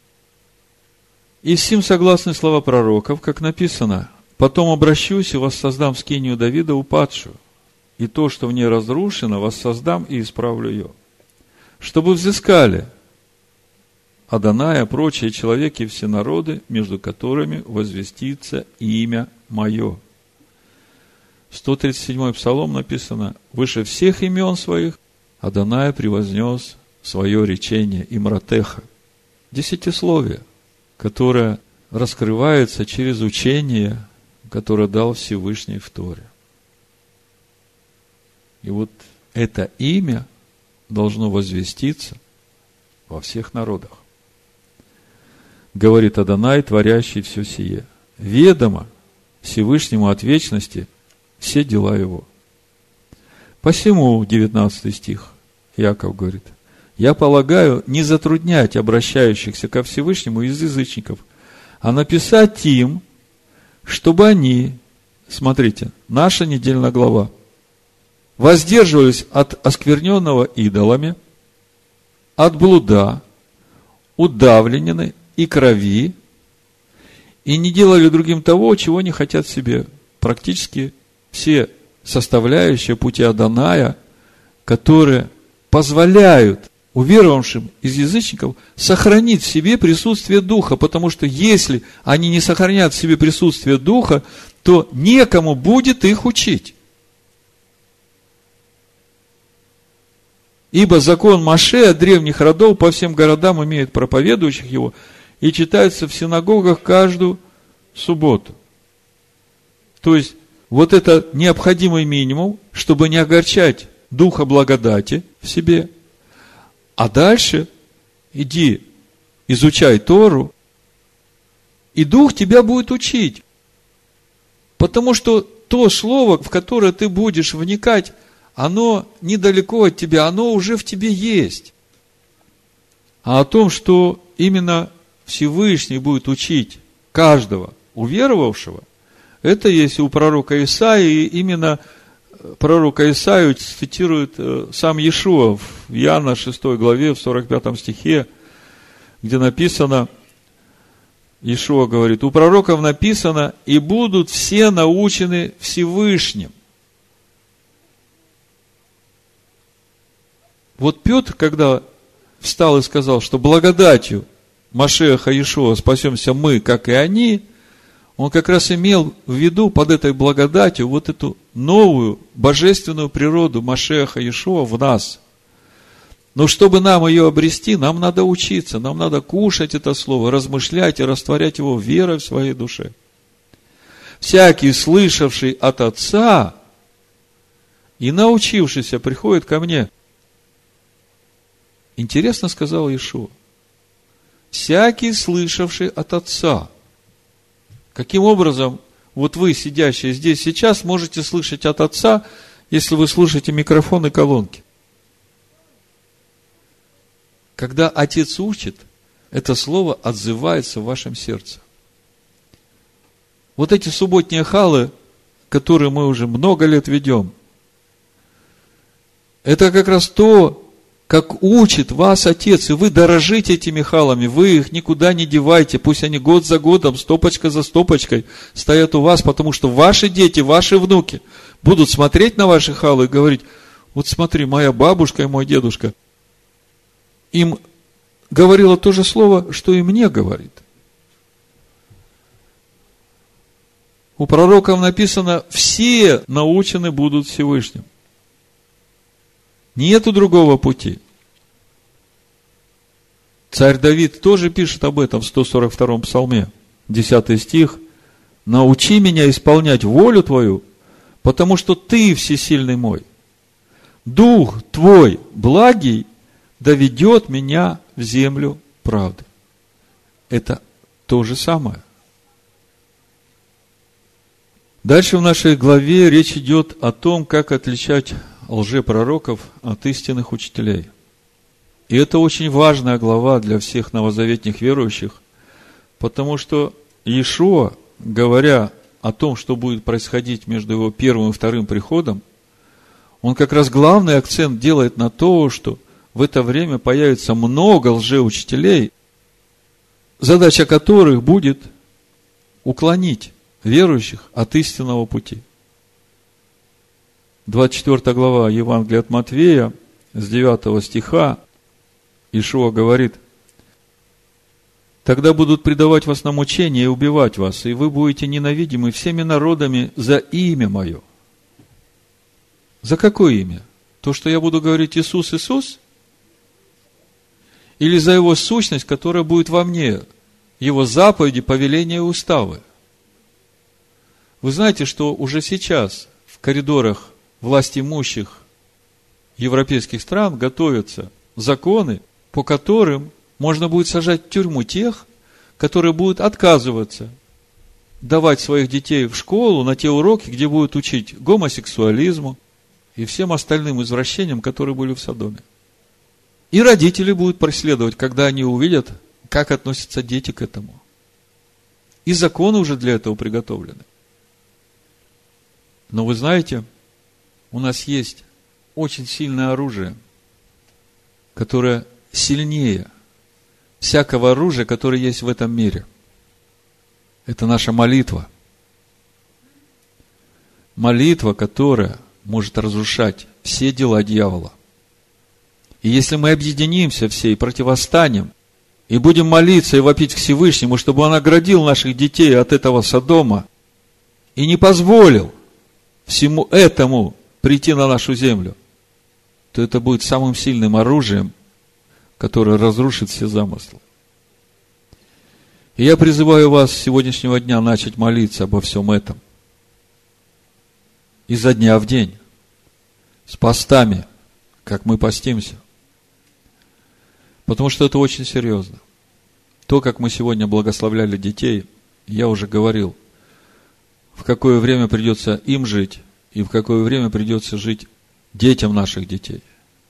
A: И с сим согласны слова пророков, как написано: «Потом обращусь и воссоздам скинию Давида упадшую, и то, что в ней разрушено, воссоздам и исправлю ее, чтобы взыскали Адоная, прочие человеки и все народы, между которыми возвестится имя мое». В сто тридцать седьмой Псалом написано: «Выше всех имен своих Адоная превознес свое речение имратеха». Десятисловие, которое раскрывается через учение, которое дал Всевышний в Торе. И вот это имя должно возвеститься во всех народах. Говорит Адонай, творящий все сие: ведомо Всевышнему от вечности все дела его. Посему, девятнадцатый стих, Яков говорит: я полагаю не затруднять обращающихся ко Всевышнему из язычников, а написать им, чтобы они, смотрите, наша недельная глава, воздерживались от оскверненного идолами, от блуда, удавленины и крови, и не делали другим того, чего не хотят себе. Практически все составляющие пути Адоная, которые позволяют уверовавшим из язычников сохранить в себе присутствие Духа, потому что если они не сохранят в себе присутствие Духа, то некому будет их учить. Ибо закон Моше от древних родов по всем городам имеет проповедующих его и читается в синагогах каждую субботу. То есть, вот это необходимый минимум, чтобы не огорчать Духа благодати в себе. А дальше иди, изучай Тору, и Дух тебя будет учить. Потому что то слово, в которое ты будешь вникать, оно недалеко от тебя, оно уже в тебе есть. А о том, что именно Всевышний будет учить каждого уверовавшего, это есть у пророка Исаии, и именно пророка Исаию цитирует сам Иешуа в Иоанна шестой главе, в сорок пятом стихе, где написано, Иешуа говорит: у пророков написано: и будут все научены Всевышним. Вот Петр, когда встал и сказал, что благодатью Машеха Иешуа спасемся мы, как и они, он как раз имел в виду под этой благодатью вот эту новую божественную природу Машеха Иешуа в нас. Но чтобы нам ее обрести, нам надо учиться, нам надо кушать это слово, размышлять и растворять его верой в своей душе. Всякий, слышавший от Отца и научившийся, приходит ко мне. Интересно сказал Иешуа. Всякий, слышавший от Отца. Каким образом вот вы, сидящие здесь сейчас, можете слышать от Отца, если вы слушаете микрофон и колонки? Когда Отец учит, это слово отзывается в вашем сердце. Вот эти субботние халы, которые мы уже много лет ведем, это как раз то, как учит вас Отец, и вы дорожите этими халами, вы их никуда не девайте, пусть они год за годом, стопочка за стопочкой стоят у вас, потому что ваши дети, ваши внуки будут смотреть на ваши халы и говорить: вот смотри, моя бабушка и мой дедушка им говорила то же слово, что и мне говорит. У пророков написано: все научены будут Всевышним. Нету другого пути. Царь Давид тоже пишет об этом в сто сорок втором псалме, десятый стих. «Научи меня исполнять волю Твою, потому что Ты всесильный мой. Дух Твой благий доведет меня в землю правды». Это то же самое. Дальше в нашей главе речь идет о том, как отличать лжепророков от истинных учителей. И это очень важная глава для всех новозаветных верующих, потому что Иешуа, говоря о том, что будет происходить между его первым и вторым приходом, он как раз главный акцент делает на то, что в это время появится много лжеучителей, задача которых будет уклонить верующих от истинного пути. двадцать четвёртая глава Евангелия от Матфея, с девятого стиха, Иешуа говорит: «Тогда будут предавать вас на мучение и убивать вас, и вы будете ненавидимы всеми народами за имя Мое». За какое имя? То, что я буду говорить Иисус, Иисус? Или за Его сущность, которая будет во мне, Его заповеди, повеления и уставы? Вы знаете, что уже сейчас в коридорах власть имущих европейских стран готовятся законы, по которым можно будет сажать в тюрьму тех, которые будут отказываться давать своих детей в школу на те уроки, где будут учить гомосексуализму и всем остальным извращениям, которые были в Содоме. И родители будут преследовать, когда они увидят, как относятся дети к этому. И законы уже для этого приготовлены. Но вы знаете, у нас есть очень сильное оружие, которое сильнее всякого оружия, которое есть в этом мире. Это наша молитва. Молитва, которая может разрушать все дела дьявола. И если мы объединимся все и противостанем, и будем молиться и вопить к Всевышнему, чтобы Он оградил наших детей от этого Содома и не позволил всему этому прийти на нашу землю, то это будет самым сильным оружием, которое разрушит все замыслы. И я призываю вас с сегодняшнего дня начать молиться обо всем этом. Изо дня в день. С постами, как мы постимся. Потому что это очень серьезно. То, как мы сегодня благословляли детей, я уже говорил, в какое время придется им жить, и в какое время придется жить детям наших детей.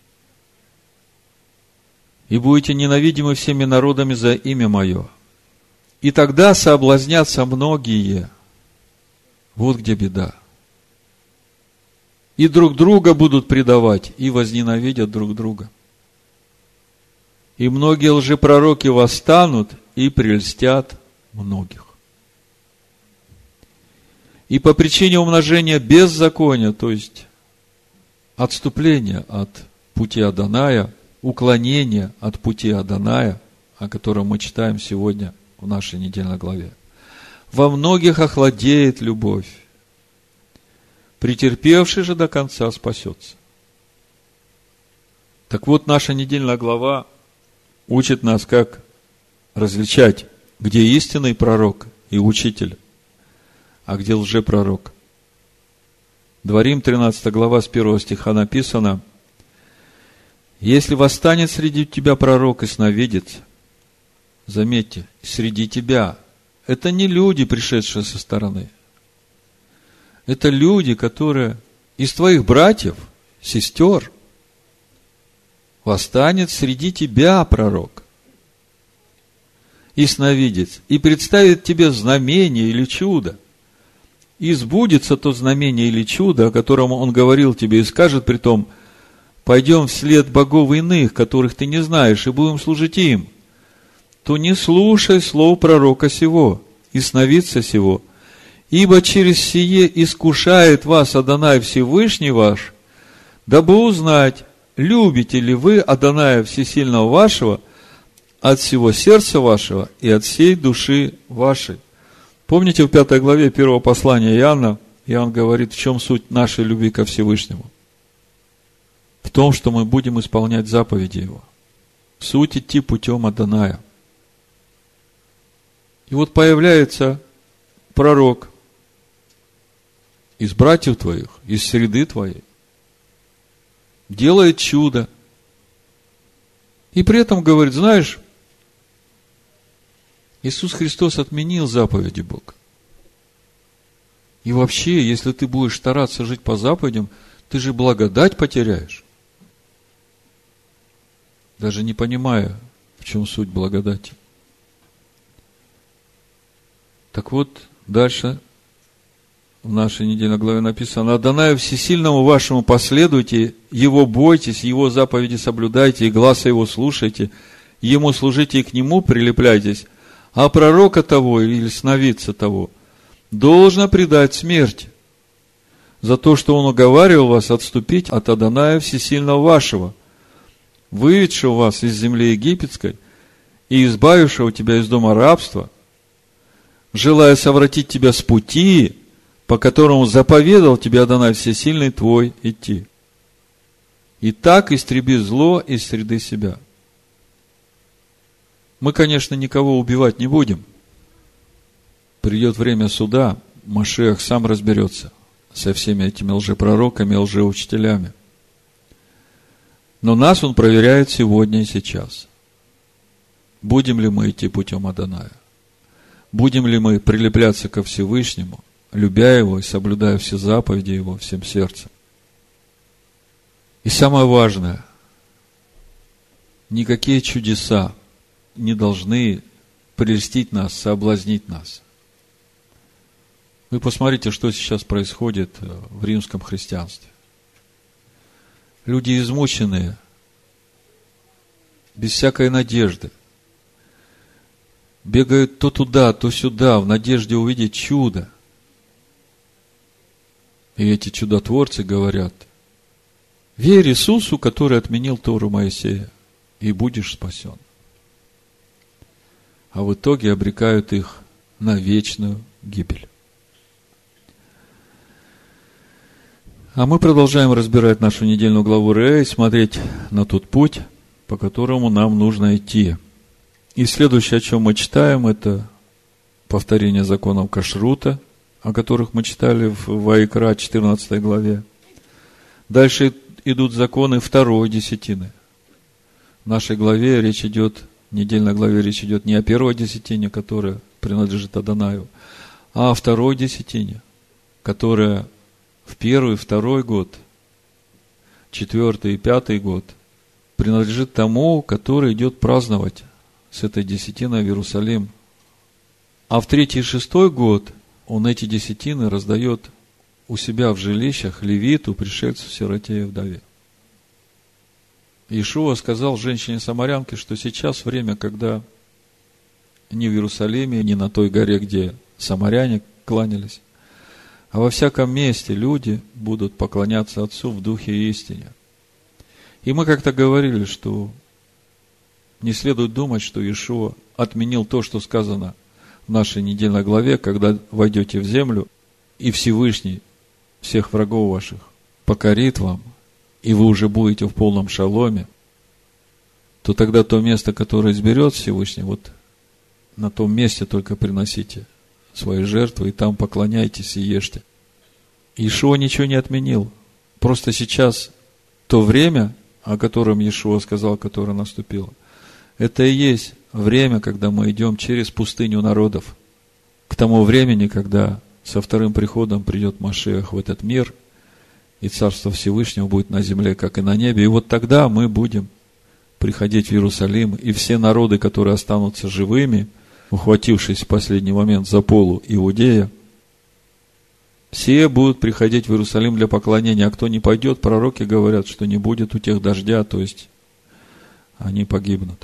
A: И будете ненавидимы всеми народами за имя Мое. И тогда соблазнятся многие. Вот где беда. И друг друга будут предавать, и возненавидят друг друга. И многие лжепророки восстанут и прельстят многих. И по причине умножения беззакония, то есть отступления от пути Адоная, уклонения от пути Адоная, о котором мы читаем сегодня в нашей недельной главе, во многих охладеет любовь. Претерпевший же до конца спасется. Так вот, наша недельная глава учит нас, как различать, где истинный пророк и учитель, а где лжепророк. Дворим, тринадцатая глава, с первого стиха написано: «Если восстанет среди тебя пророк и сновидец», заметьте, среди тебя, это не люди, пришедшие со стороны, это люди, которые из твоих братьев, сестер, восстанет среди тебя пророк и сновидец, и представит тебе знамение или чудо. И сбудется то знамение или чудо, о котором он говорил тебе, и скажет при том: пойдем вслед богов иных, которых ты не знаешь, и будем служить им. То не слушай слов пророка сего и сновидца сего, ибо через сие искушает вас Адонай Всевышний ваш, дабы узнать, любите ли вы Адоная Всесильного вашего от всего сердца вашего и от всей души вашей. Помните, в пятой главе первого послания Иоанна, Иоанн говорит, в чем суть нашей любви ко Всевышнему? В том, что мы будем исполнять заповеди Его. Суть идти путем Адоная. И вот появляется пророк из братьев твоих, из среды твоей, делает чудо. И при этом говорит: знаешь, Иисус Христос отменил заповеди Бога. И вообще, если ты будешь стараться жить по заповедям, ты же благодать потеряешь. Даже не понимая, в чем суть благодати. Так вот, дальше в нашей недельной главе написано: «Адонаю всесильному вашему последуйте, его бойтесь, его заповеди соблюдайте, и гласа его слушайте, ему служите и к нему прилепляйтесь, а пророка того или сновидца того должно предать смерти за то, что он уговаривал вас отступить от Адоная всесильного вашего, выведшего вас из земли египетской и избавившего тебя из дома рабства, желая совратить тебя с пути, по которому заповедал тебе Адонай всесильный твой идти. И так истреби зло из среды себя». Мы, конечно, никого убивать не будем. Придет время суда, Машиах сам разберется со всеми этими лжепророками, лжеучителями. Но нас он проверяет сегодня и сейчас. Будем ли мы идти путем Адоная? Будем ли мы прилепляться ко Всевышнему, любя Его и соблюдая все заповеди Его всем сердцем? И самое важное, никакие чудеса не должны прельстить нас, соблазнить нас. Вы посмотрите, что сейчас происходит в римском христианстве. Люди измученные, без всякой надежды, бегают то туда, то сюда, в надежде увидеть чудо. И эти чудотворцы говорят: верь Иисусу, который отменил Тору Моисея, и будешь спасен. А в итоге обрекают их на вечную гибель. А мы продолжаем разбирать нашу недельную главу Рея и смотреть на тот путь, по которому нам нужно идти. И следующее, о чем мы читаем, это повторение законов кашрута, о которых мы читали в Ваикра четырнадцатой главе. Дальше идут законы второй десятины. В нашей главе речь идет, в недельной главе речь идет не о первой десятине, которая принадлежит Адонаю, а о второй десятине, которая в первый, второй год, четвертый и пятый год принадлежит тому, который идет праздновать с этой десятиной в Иерусалим. А в третий и шестой год он эти десятины раздает у себя в жилищах левиту, пришельцу, сироте и вдове. Иешуа сказал женщине-самарянке, что сейчас время, когда ни в Иерусалиме, ни на той горе, где самаряне кланялись, а во всяком месте люди будут поклоняться Отцу в духе и истине. И мы как-то говорили, что не следует думать, что Иешуа отменил то, что сказано в нашей недельной главе: когда войдете в землю, и Всевышний всех врагов ваших покорит вам, и вы уже будете в полном шаломе, то тогда то место, которое изберет Всевышний, вот на том месте только приносите свои жертвы, и там поклоняйтесь и ешьте. Иешуа ничего не отменил. Просто сейчас то время, о котором Иешуа сказал, которое наступило, это и есть время, когда мы идем через пустыню народов, к тому времени, когда со вторым приходом придет Машиах в этот мир, и Царство Всевышнего будет на земле, как и на небе. И вот тогда мы будем приходить в Иерусалим, и все народы, которые останутся живыми, ухватившись в последний момент за полу Иудея, все будут приходить в Иерусалим для поклонения. А кто не пойдет, пророки говорят, что не будет у тех дождя, то есть они погибнут.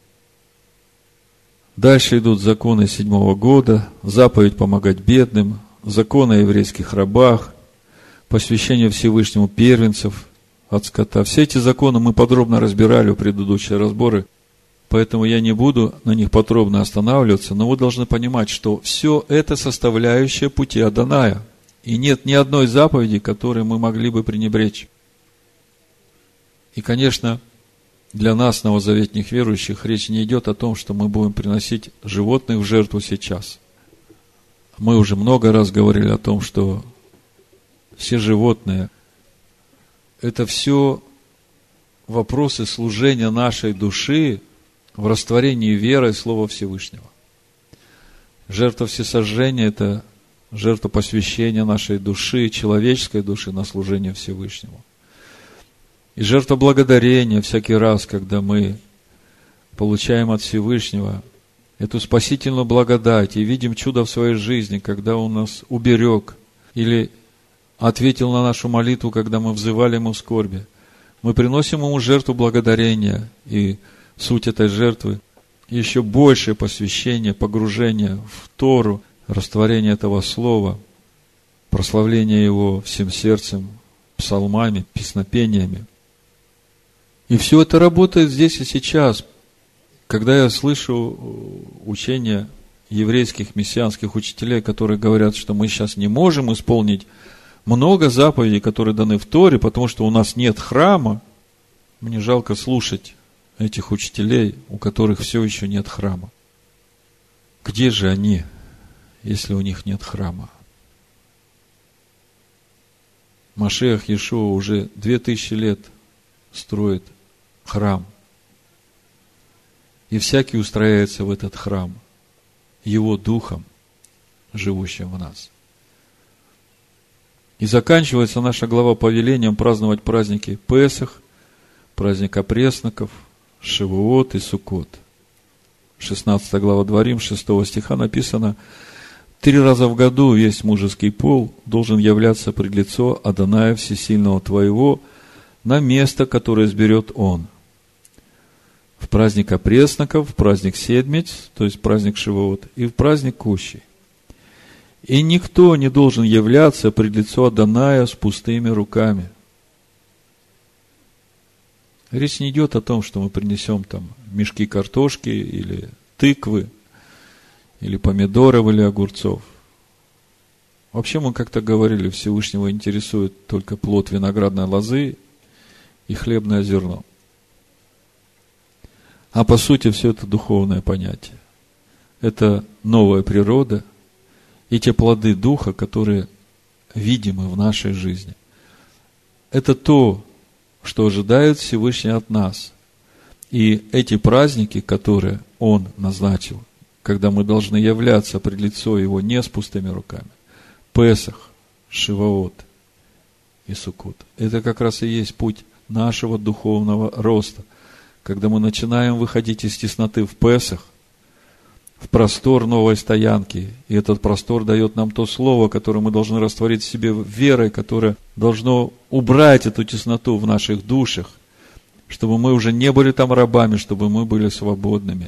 A: Дальше идут законы седьмого года, заповедь помогать бедным, законы о еврейских рабах, посвящение Всевышнему первенцев от скота. Все эти законы мы подробно разбирали в предыдущие разборы, поэтому я не буду на них подробно останавливаться, но вы должны понимать, что все это составляющая пути Адоная, и нет ни одной заповеди, которой мы могли бы пренебречь. И, конечно, для нас, новозаветных верующих, речь не идет о том, что мы будем приносить животных в жертву сейчас. Мы уже много раз говорили о том, что все животные – это все вопросы служения нашей души в растворении верой Слова Всевышнего. Жертва всесожжения – это жертва посвящения нашей души, человеческой души на служение Всевышнему. И жертва благодарения всякий раз, когда мы получаем от Всевышнего эту спасительную благодать и видим чудо в своей жизни, когда Он нас уберег или ответил на нашу молитву, когда мы взывали Ему в скорби. Мы приносим Ему жертву благодарения, и суть этой жертвы – еще большее посвящение, погружение в Тору, растворение этого слова, прославление Его всем сердцем, псалмами, песнопениями. И все это работает здесь и сейчас. Когда я слышу учения еврейских мессианских учителей, которые говорят, что мы сейчас не можем исполнить много заповедей, которые даны в Торе, потому что у нас нет храма, мне жалко слушать этих учителей, у которых все еще нет храма. Где же они, если у них нет храма? Машиах Иешуа уже две тысячи лет строит храм. И всякий устраивается в этот храм Его Духом, живущим в нас. И заканчивается наша глава повелением праздновать праздники Песах, праздник опресноков, Шивуот и Суккот. шестнадцатая глава Дворим, шестого стиха написано: «Три раза в году весь мужеский пол должен являться пред лицо Адоная Всесильного твоего на место, которое изберет Он. В праздник опресноков, в праздник седмиц, то есть праздник Шивуот, и в праздник Кущи. И никто не должен являться пред лицо Адоная с пустыми руками». Речь не идет о том, что мы принесем там мешки картошки или тыквы, или помидоров, или огурцов. Вообще мы как-то говорили, Всевышнего интересует только плод виноградной лозы и хлебное зерно. А по сути все это духовное понятие. Это новая природа и те плоды Духа, которые видимы в нашей жизни. Это то, что ожидает Всевышний от нас. И эти праздники, которые Он назначил, когда мы должны являться пред лицо Его не с пустыми руками, Песах, Шивуот и Суккот, это как раз и есть путь нашего духовного роста. Когда мы начинаем выходить из тесноты в Песах, в простор новой стоянки, и этот простор дает нам то слово, которое мы должны растворить в себе верой, которое должно убрать эту тесноту в наших душах, чтобы мы уже не были там рабами, чтобы мы были свободными.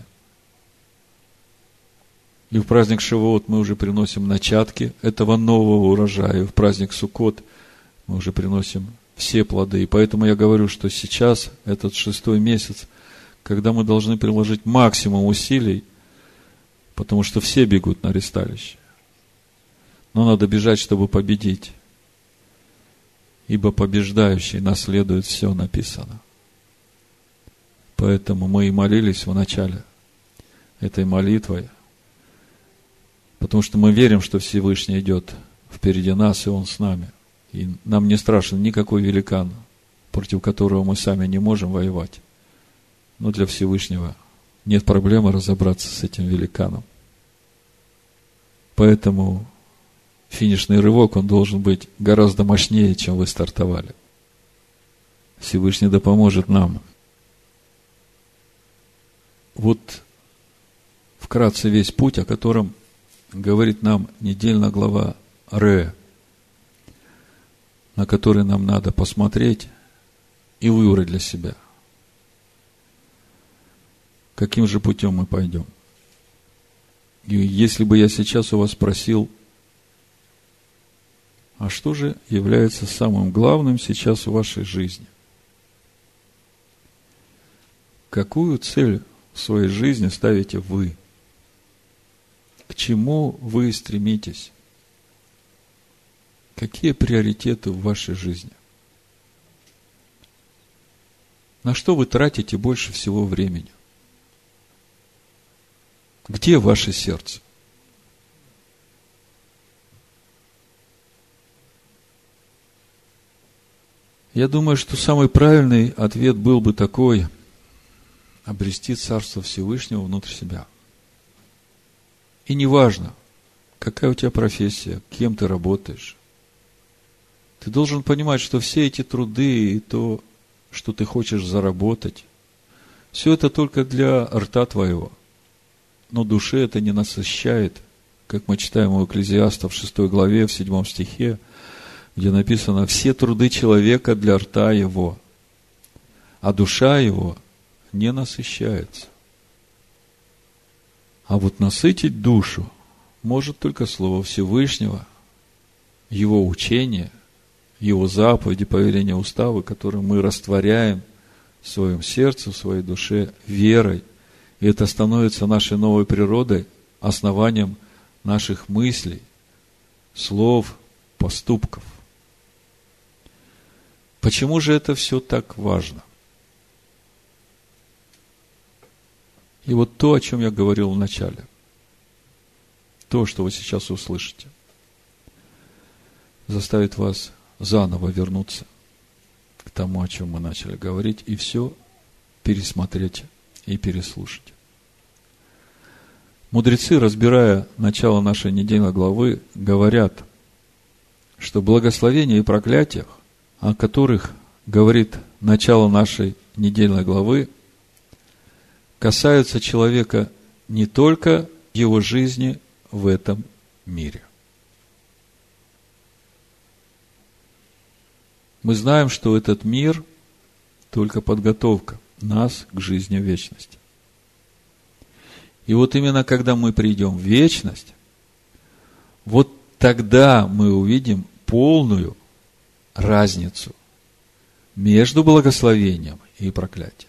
A: И в праздник Шивуот мы уже приносим начатки этого нового урожая, и в праздник Суккот мы уже приносим все плоды. И поэтому я говорю, что сейчас, этот шестой месяц, когда мы должны приложить максимум усилий, потому что все бегут на ристалище. Но надо бежать, чтобы победить. Ибо побеждающий наследует все, написано. Поэтому мы и молились в начале этой молитвой, потому что мы верим, что Всевышний идет впереди нас, и Он с нами. И нам не страшен никакой великан, против которого мы сами не можем воевать. Но для Всевышнего нет проблемы разобраться с этим великаном. Поэтому финишный рывок, он должен быть гораздо мощнее, чем вы стартовали. Всевышний да поможет нам. Вот вкратце весь путь, о котором говорит нам недельная глава Ре, на который нам надо посмотреть и выбрать для себя. Каким же путем мы пойдем? И если бы я сейчас у вас спросил, а что же является самым главным сейчас в вашей жизни? Какую цель в своей жизни ставите вы? К чему вы стремитесь? Какие приоритеты в вашей жизни? На что вы тратите больше всего времени? Где ваше сердце? Я думаю, что самый правильный ответ был бы такой: обрести Царство Всевышнего внутрь себя. И неважно, какая у тебя профессия, кем ты работаешь. Ты должен понимать, что все эти труды и то, что ты хочешь заработать, все это только для рта твоего. Но душе это не насыщает, как мы читаем у Экклезиаста в шестой главе, в седьмом стихе, где написано: все труды человека для рта его, а душа его не насыщается. А вот насытить душу может только Слово Всевышнего, Его учение, Его заповеди, повеления, уставы, которые мы растворяем в своем сердце, в своей душе верой. И это становится нашей новой природой, основанием наших мыслей, слов, поступков. Почему же это все так важно? И вот то, о чем я говорил в начале, то, что вы сейчас услышите, заставит вас заново вернуться к тому, о чем мы начали говорить, и все пересмотреть и переслушать. Мудрецы, разбирая начало нашей недельной главы, говорят, что благословения и проклятиях, о которых говорит начало нашей недельной главы, касаются человека не только его жизни в этом мире. Мы знаем, что этот мир только подготовка нас к жизни в вечности. И вот именно когда мы придем в вечность, вот тогда мы увидим полную разницу между благословением и проклятием.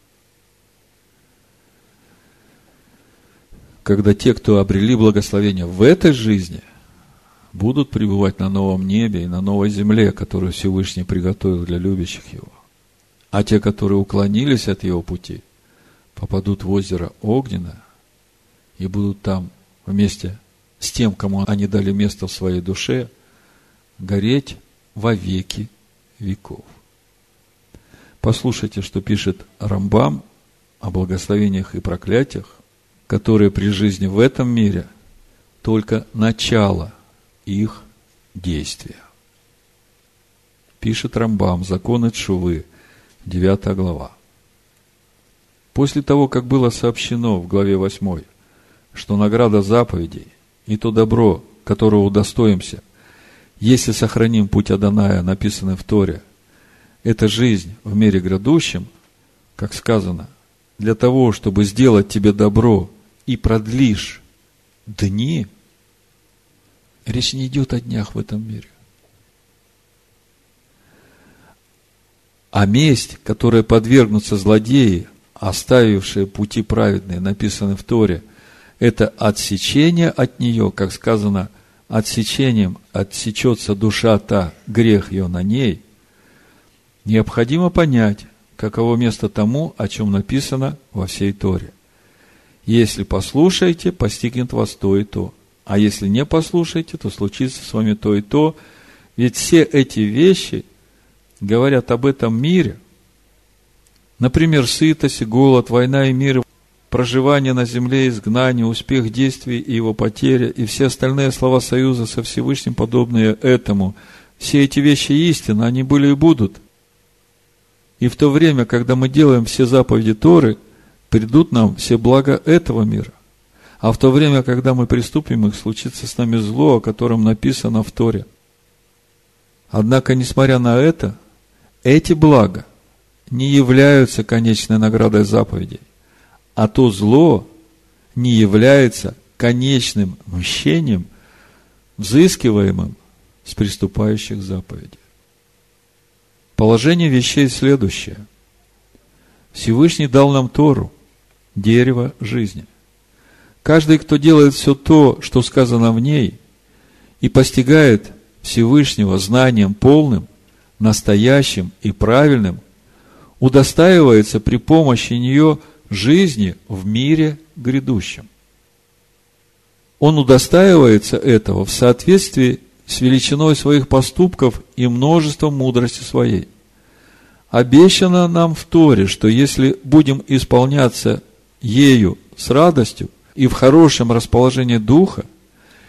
A: Когда те, кто обрели благословение в этой жизни, будут пребывать на новом небе и на новой земле, которую Всевышний приготовил для любящих Его. А те, которые уклонились от Его пути, попадут в озеро огненное и будут там вместе с тем, кому они дали место в своей душе, гореть во веки веков. Послушайте, что пишет Рамбам о благословениях и проклятиях, которые при жизни в этом мире только начало их действия. Пишет Рамбам, Законы Тшувы, девятая глава. После того, как было сообщено в главе восьмой, что награда заповедей и то добро, которого удостоимся, если сохраним путь Адоная, написанный в Торе, это жизнь в мире грядущем, как сказано, для того, чтобы сделать тебе добро и продлишь дни, речь не идет о днях в этом мире. А месть, которой подвергнутся злодеи, оставившие пути праведные, написаны в Торе, это отсечение от нее, как сказано, отсечением отсечется душа та, грех ее на ней. Необходимо понять, каково место тому, о чем написано во всей Торе. Если послушаете, постигнет вас то и то. А если не послушаете, то случится с вами то и то. Ведь все эти вещи говорят об этом мире. Например, сытость и голод, война и мир, проживание на земле, изгнание, успех действий и его потеря, и все остальные слова союза со Всевышним, подобные этому. Все эти вещи истинны, они были и будут. И в то время, когда мы делаем все заповеди Торы, придут нам все блага этого мира. А в то время, когда мы приступим их, случится с нами зло, о котором написано в Торе. Однако, несмотря на это, эти блага не являются конечной наградой заповедей, а то зло не является конечным мщением, взыскиваемым с приступающих заповедей. Положение вещей следующее. Всевышний дал нам Тору, дерево жизни. Каждый, кто делает все то, что сказано в ней, и постигает Всевышнего знанием полным, настоящим и правильным, удостаивается при помощи нее жизни в мире грядущем. Он удостаивается этого в соответствии с величиной своих поступков и множеством мудрости своей. Обещано нам в Торе, что если будем исполняться ею с радостью и в хорошем расположении духа,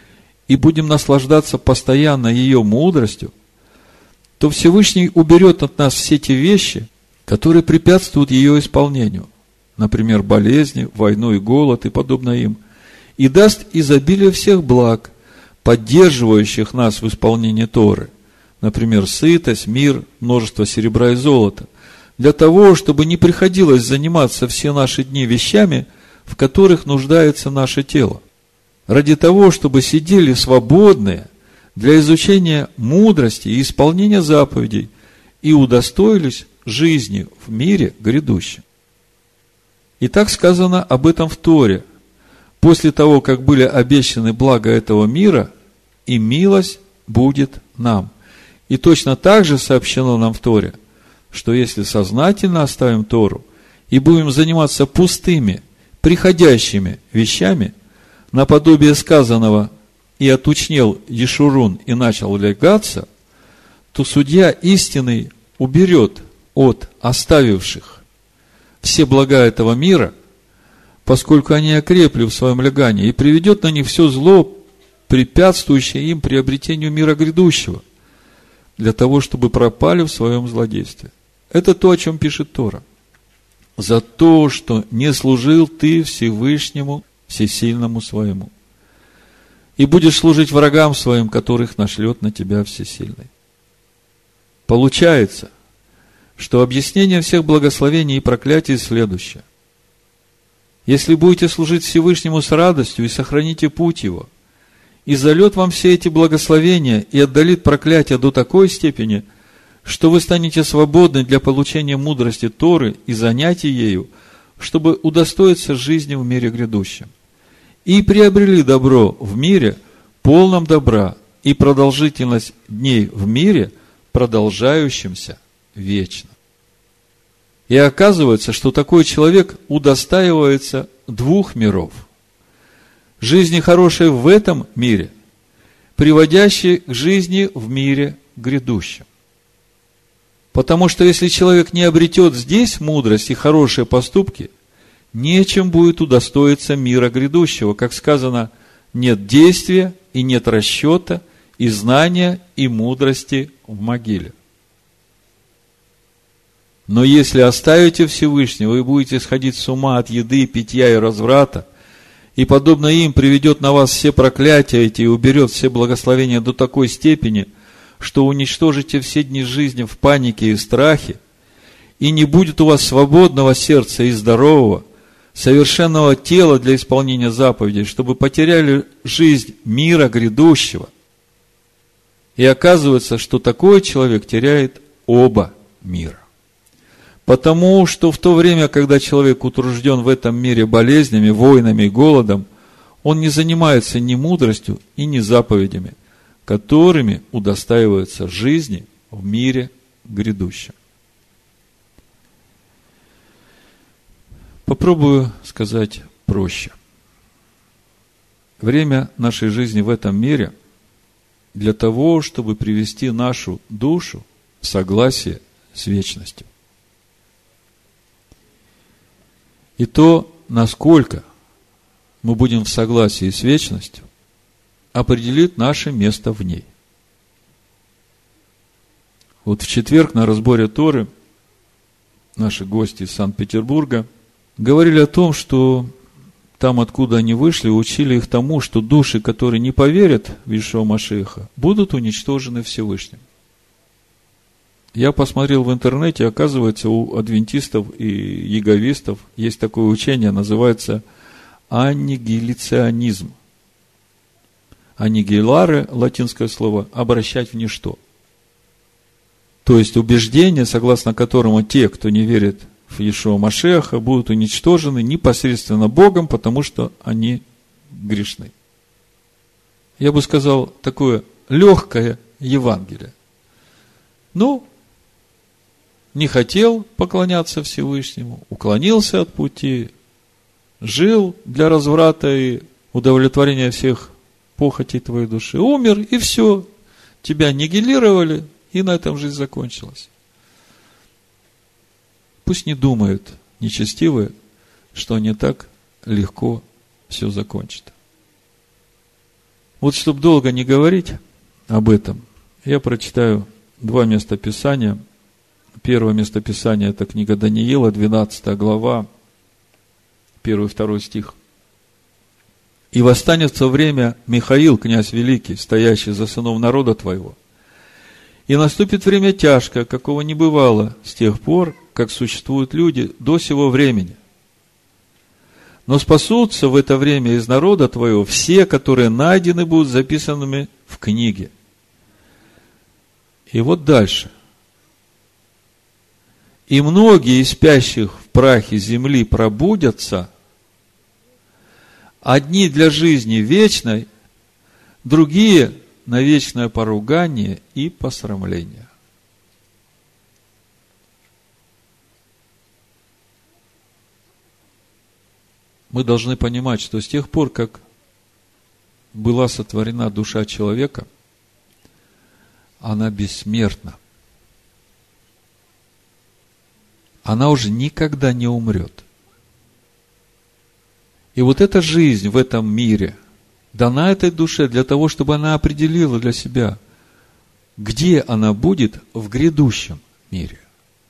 A: и будем наслаждаться постоянно ее мудростью, то Всевышний уберет от нас все те вещи, которые препятствуют ее исполнению, например, болезни, войну и голод и подобное им, и даст изобилие всех благ, поддерживающих нас в исполнении Торы, например, сытость, мир, множество серебра и золота, для того, чтобы не приходилось заниматься все наши дни вещами, в которых нуждается наше тело, ради того, чтобы сидели свободные для изучения мудрости и исполнения заповедей и удостоились жизни в мире грядущем. И так сказано об этом в Торе. После того, как были обещаны блага этого мира, и милость будет нам. И точно так же сообщено нам в Торе, что если сознательно оставим Тору и будем заниматься пустыми, приходящими вещами, наподобие сказанного «и отучнел Ешурун и начал лягаться», то судья истинный уберет от оставивших все блага этого мира, поскольку они окрепли в своем легании, и приведет на них все зло, препятствующее им приобретению мира грядущего, для того, чтобы пропали в своем злодействе. Это то, о чем пишет Тора. За то, что не служил ты Всевышнему Всесильному своему, и будешь служить врагам своим, которых нашлет на тебя Всесильный. Получается, что объяснение всех благословений и проклятий следующее. Если будете служить Всевышнему с радостью и сохраните путь его, и зальет вам все эти благословения и отдалит проклятие до такой степени, что вы станете свободны для получения мудрости Торы и занятий ею, чтобы удостоиться жизни в мире грядущем. И приобрели добро в мире, полном добра, и продолжительность дней в мире, продолжающимся вечно. И оказывается, что такой человек удостаивается двух миров. Жизни хорошей в этом мире, приводящей к жизни в мире грядущем. Потому что если человек не обретет здесь мудрость и хорошие поступки, нечем будет удостоиться мира грядущего. Как сказано, нет действия и нет расчета, и знания, и мудрости в могиле. Но если оставите Всевышнего и будете сходить с ума от еды, питья и разврата, и подобно им приведет на вас все проклятия эти и уберет все благословения до такой степени, что уничтожите все дни жизни в панике и страхе, и не будет у вас свободного сердца и здорового, совершенного тела для исполнения заповедей, чтобы потеряли жизнь мира грядущего. И оказывается, что такой человек теряет оба мира. Потому что в то время, когда человек утружден в этом мире болезнями, войнами и голодом, он не занимается ни мудростью и ни заповедями, которыми удостаивается жизни в мире грядущем. Попробую сказать проще. Время нашей жизни в этом мире для того, чтобы привести нашу душу в согласие с вечностью. И то, насколько мы будем в согласии с вечностью, определит наше место в ней. Вот в четверг на разборе Торы наши гости из Санкт-Петербурга говорили о том, что там, откуда они вышли, учили их тому, что души, которые не поверят в Иешуа Машиаха, будут уничтожены Всевышним. Я посмотрел в интернете, оказывается, у адвентистов и яговистов есть такое учение, называется аннигиляционизм. Аннигиларе, латинское слово, обращать в ничто. То есть убеждение, согласно которому те, кто не верит в Иешуа Машиаха, будут уничтожены непосредственно Богом, потому что они грешны. Я бы сказал, такое легкое Евангелие. Ну, не хотел поклоняться Всевышнему, уклонился от пути, жил для разврата и удовлетворения всех похотей твоей души, умер, и все, тебя аннигилировали, и на этом жизнь закончилась. Пусть не думают нечестивые, что они так легко все закончат. Вот чтобы долго не говорить об этом, я прочитаю два местописания. Первое местописание – это книга Даниила, двенадцатая глава, первый и второй стих. «И восстанет в то время Михаил, князь великий, стоящий за сынов народа твоего. И наступит время тяжкое, какого не бывало с тех пор, как существуют люди до сего времени. Но спасутся в это время из народа твоего все, которые найдены будут записанными в книге». И вот дальше. «И многие из спящих в прахе земли пробудятся, одни для жизни вечной, другие на вечное поругание и посрамление». Мы должны понимать, что с тех пор, как была сотворена душа человека, она бессмертна. Она уже никогда не умрет. И вот эта жизнь в этом мире дана этой душе для того, чтобы она определила для себя, где она будет в грядущем мире.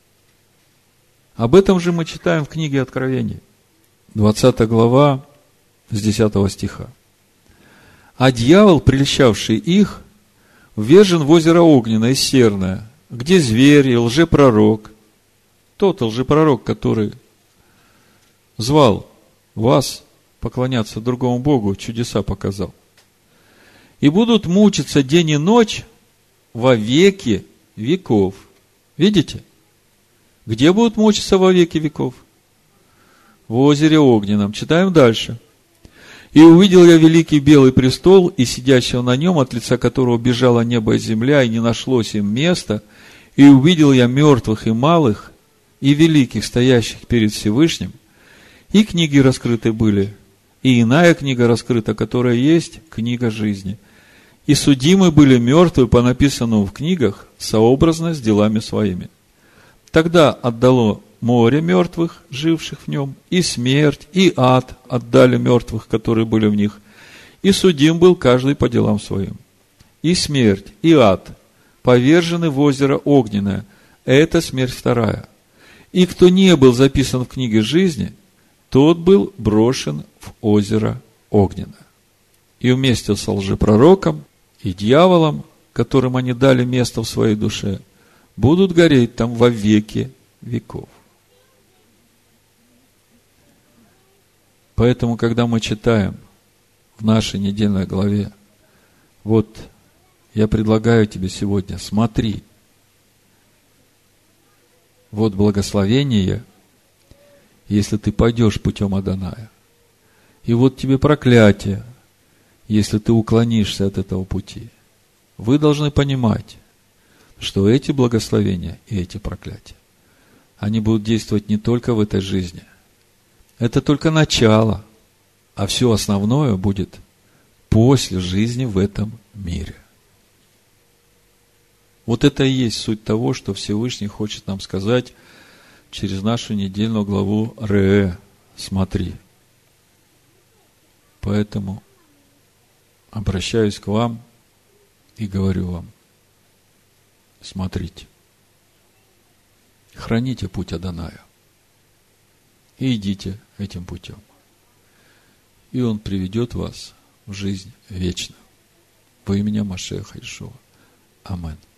A: Об этом же мы читаем в книге Откровения, двадцатая глава, с десятого стиха. «А дьявол, прельщавший их, ввержен в озеро огненное и серное, где зверь и лжепророк, тот лжепророк, который звал вас поклоняться другому Богу, чудеса показал. И будут мучиться день и ночь во веки веков». Видите? Где будут мучиться во веки веков? В озере огненном. Читаем дальше. «И увидел я великий белый престол, и сидящего на нем, от лица которого бежало небо и земля, и не нашлось им места. И увидел я мертвых и малых, и великих, стоящих перед Всевышним. И книги раскрыты были, и иная книга раскрыта, которая есть книга жизни. И судимы были мертвые по написанному в книгах, сообразно с делами своими. Тогда отдало море мертвых, живших в нем, и смерть, и ад отдали мертвых, которые были в них. И судим был каждый по делам своим. И смерть, и ад повержены в озеро огненное. Это смерть вторая. И кто не был записан в книге жизни, тот был брошен в озеро огненное. И вместе с лжепророком и дьяволом, которым они дали место в своей душе, будут гореть там во веки веков». Поэтому, когда мы читаем в нашей недельной главе, вот я предлагаю тебе сегодня, смотри, вот благословение, если ты пойдешь путем Адоная, и вот тебе проклятие, если ты уклонишься от этого пути. Вы должны понимать, что эти благословения и эти проклятия, они будут действовать не только в этой жизни. Это только начало, а все основное будет после жизни в этом мире. Вот это и есть суть того, что Всевышний хочет нам сказать через нашу недельную главу Реэ. Смотри. Поэтому обращаюсь к вам и говорю вам: смотрите, храните путь Адоная и идите этим путем. И Он приведет вас в жизнь вечную. Во имя Машеха Иешуа. Аминь.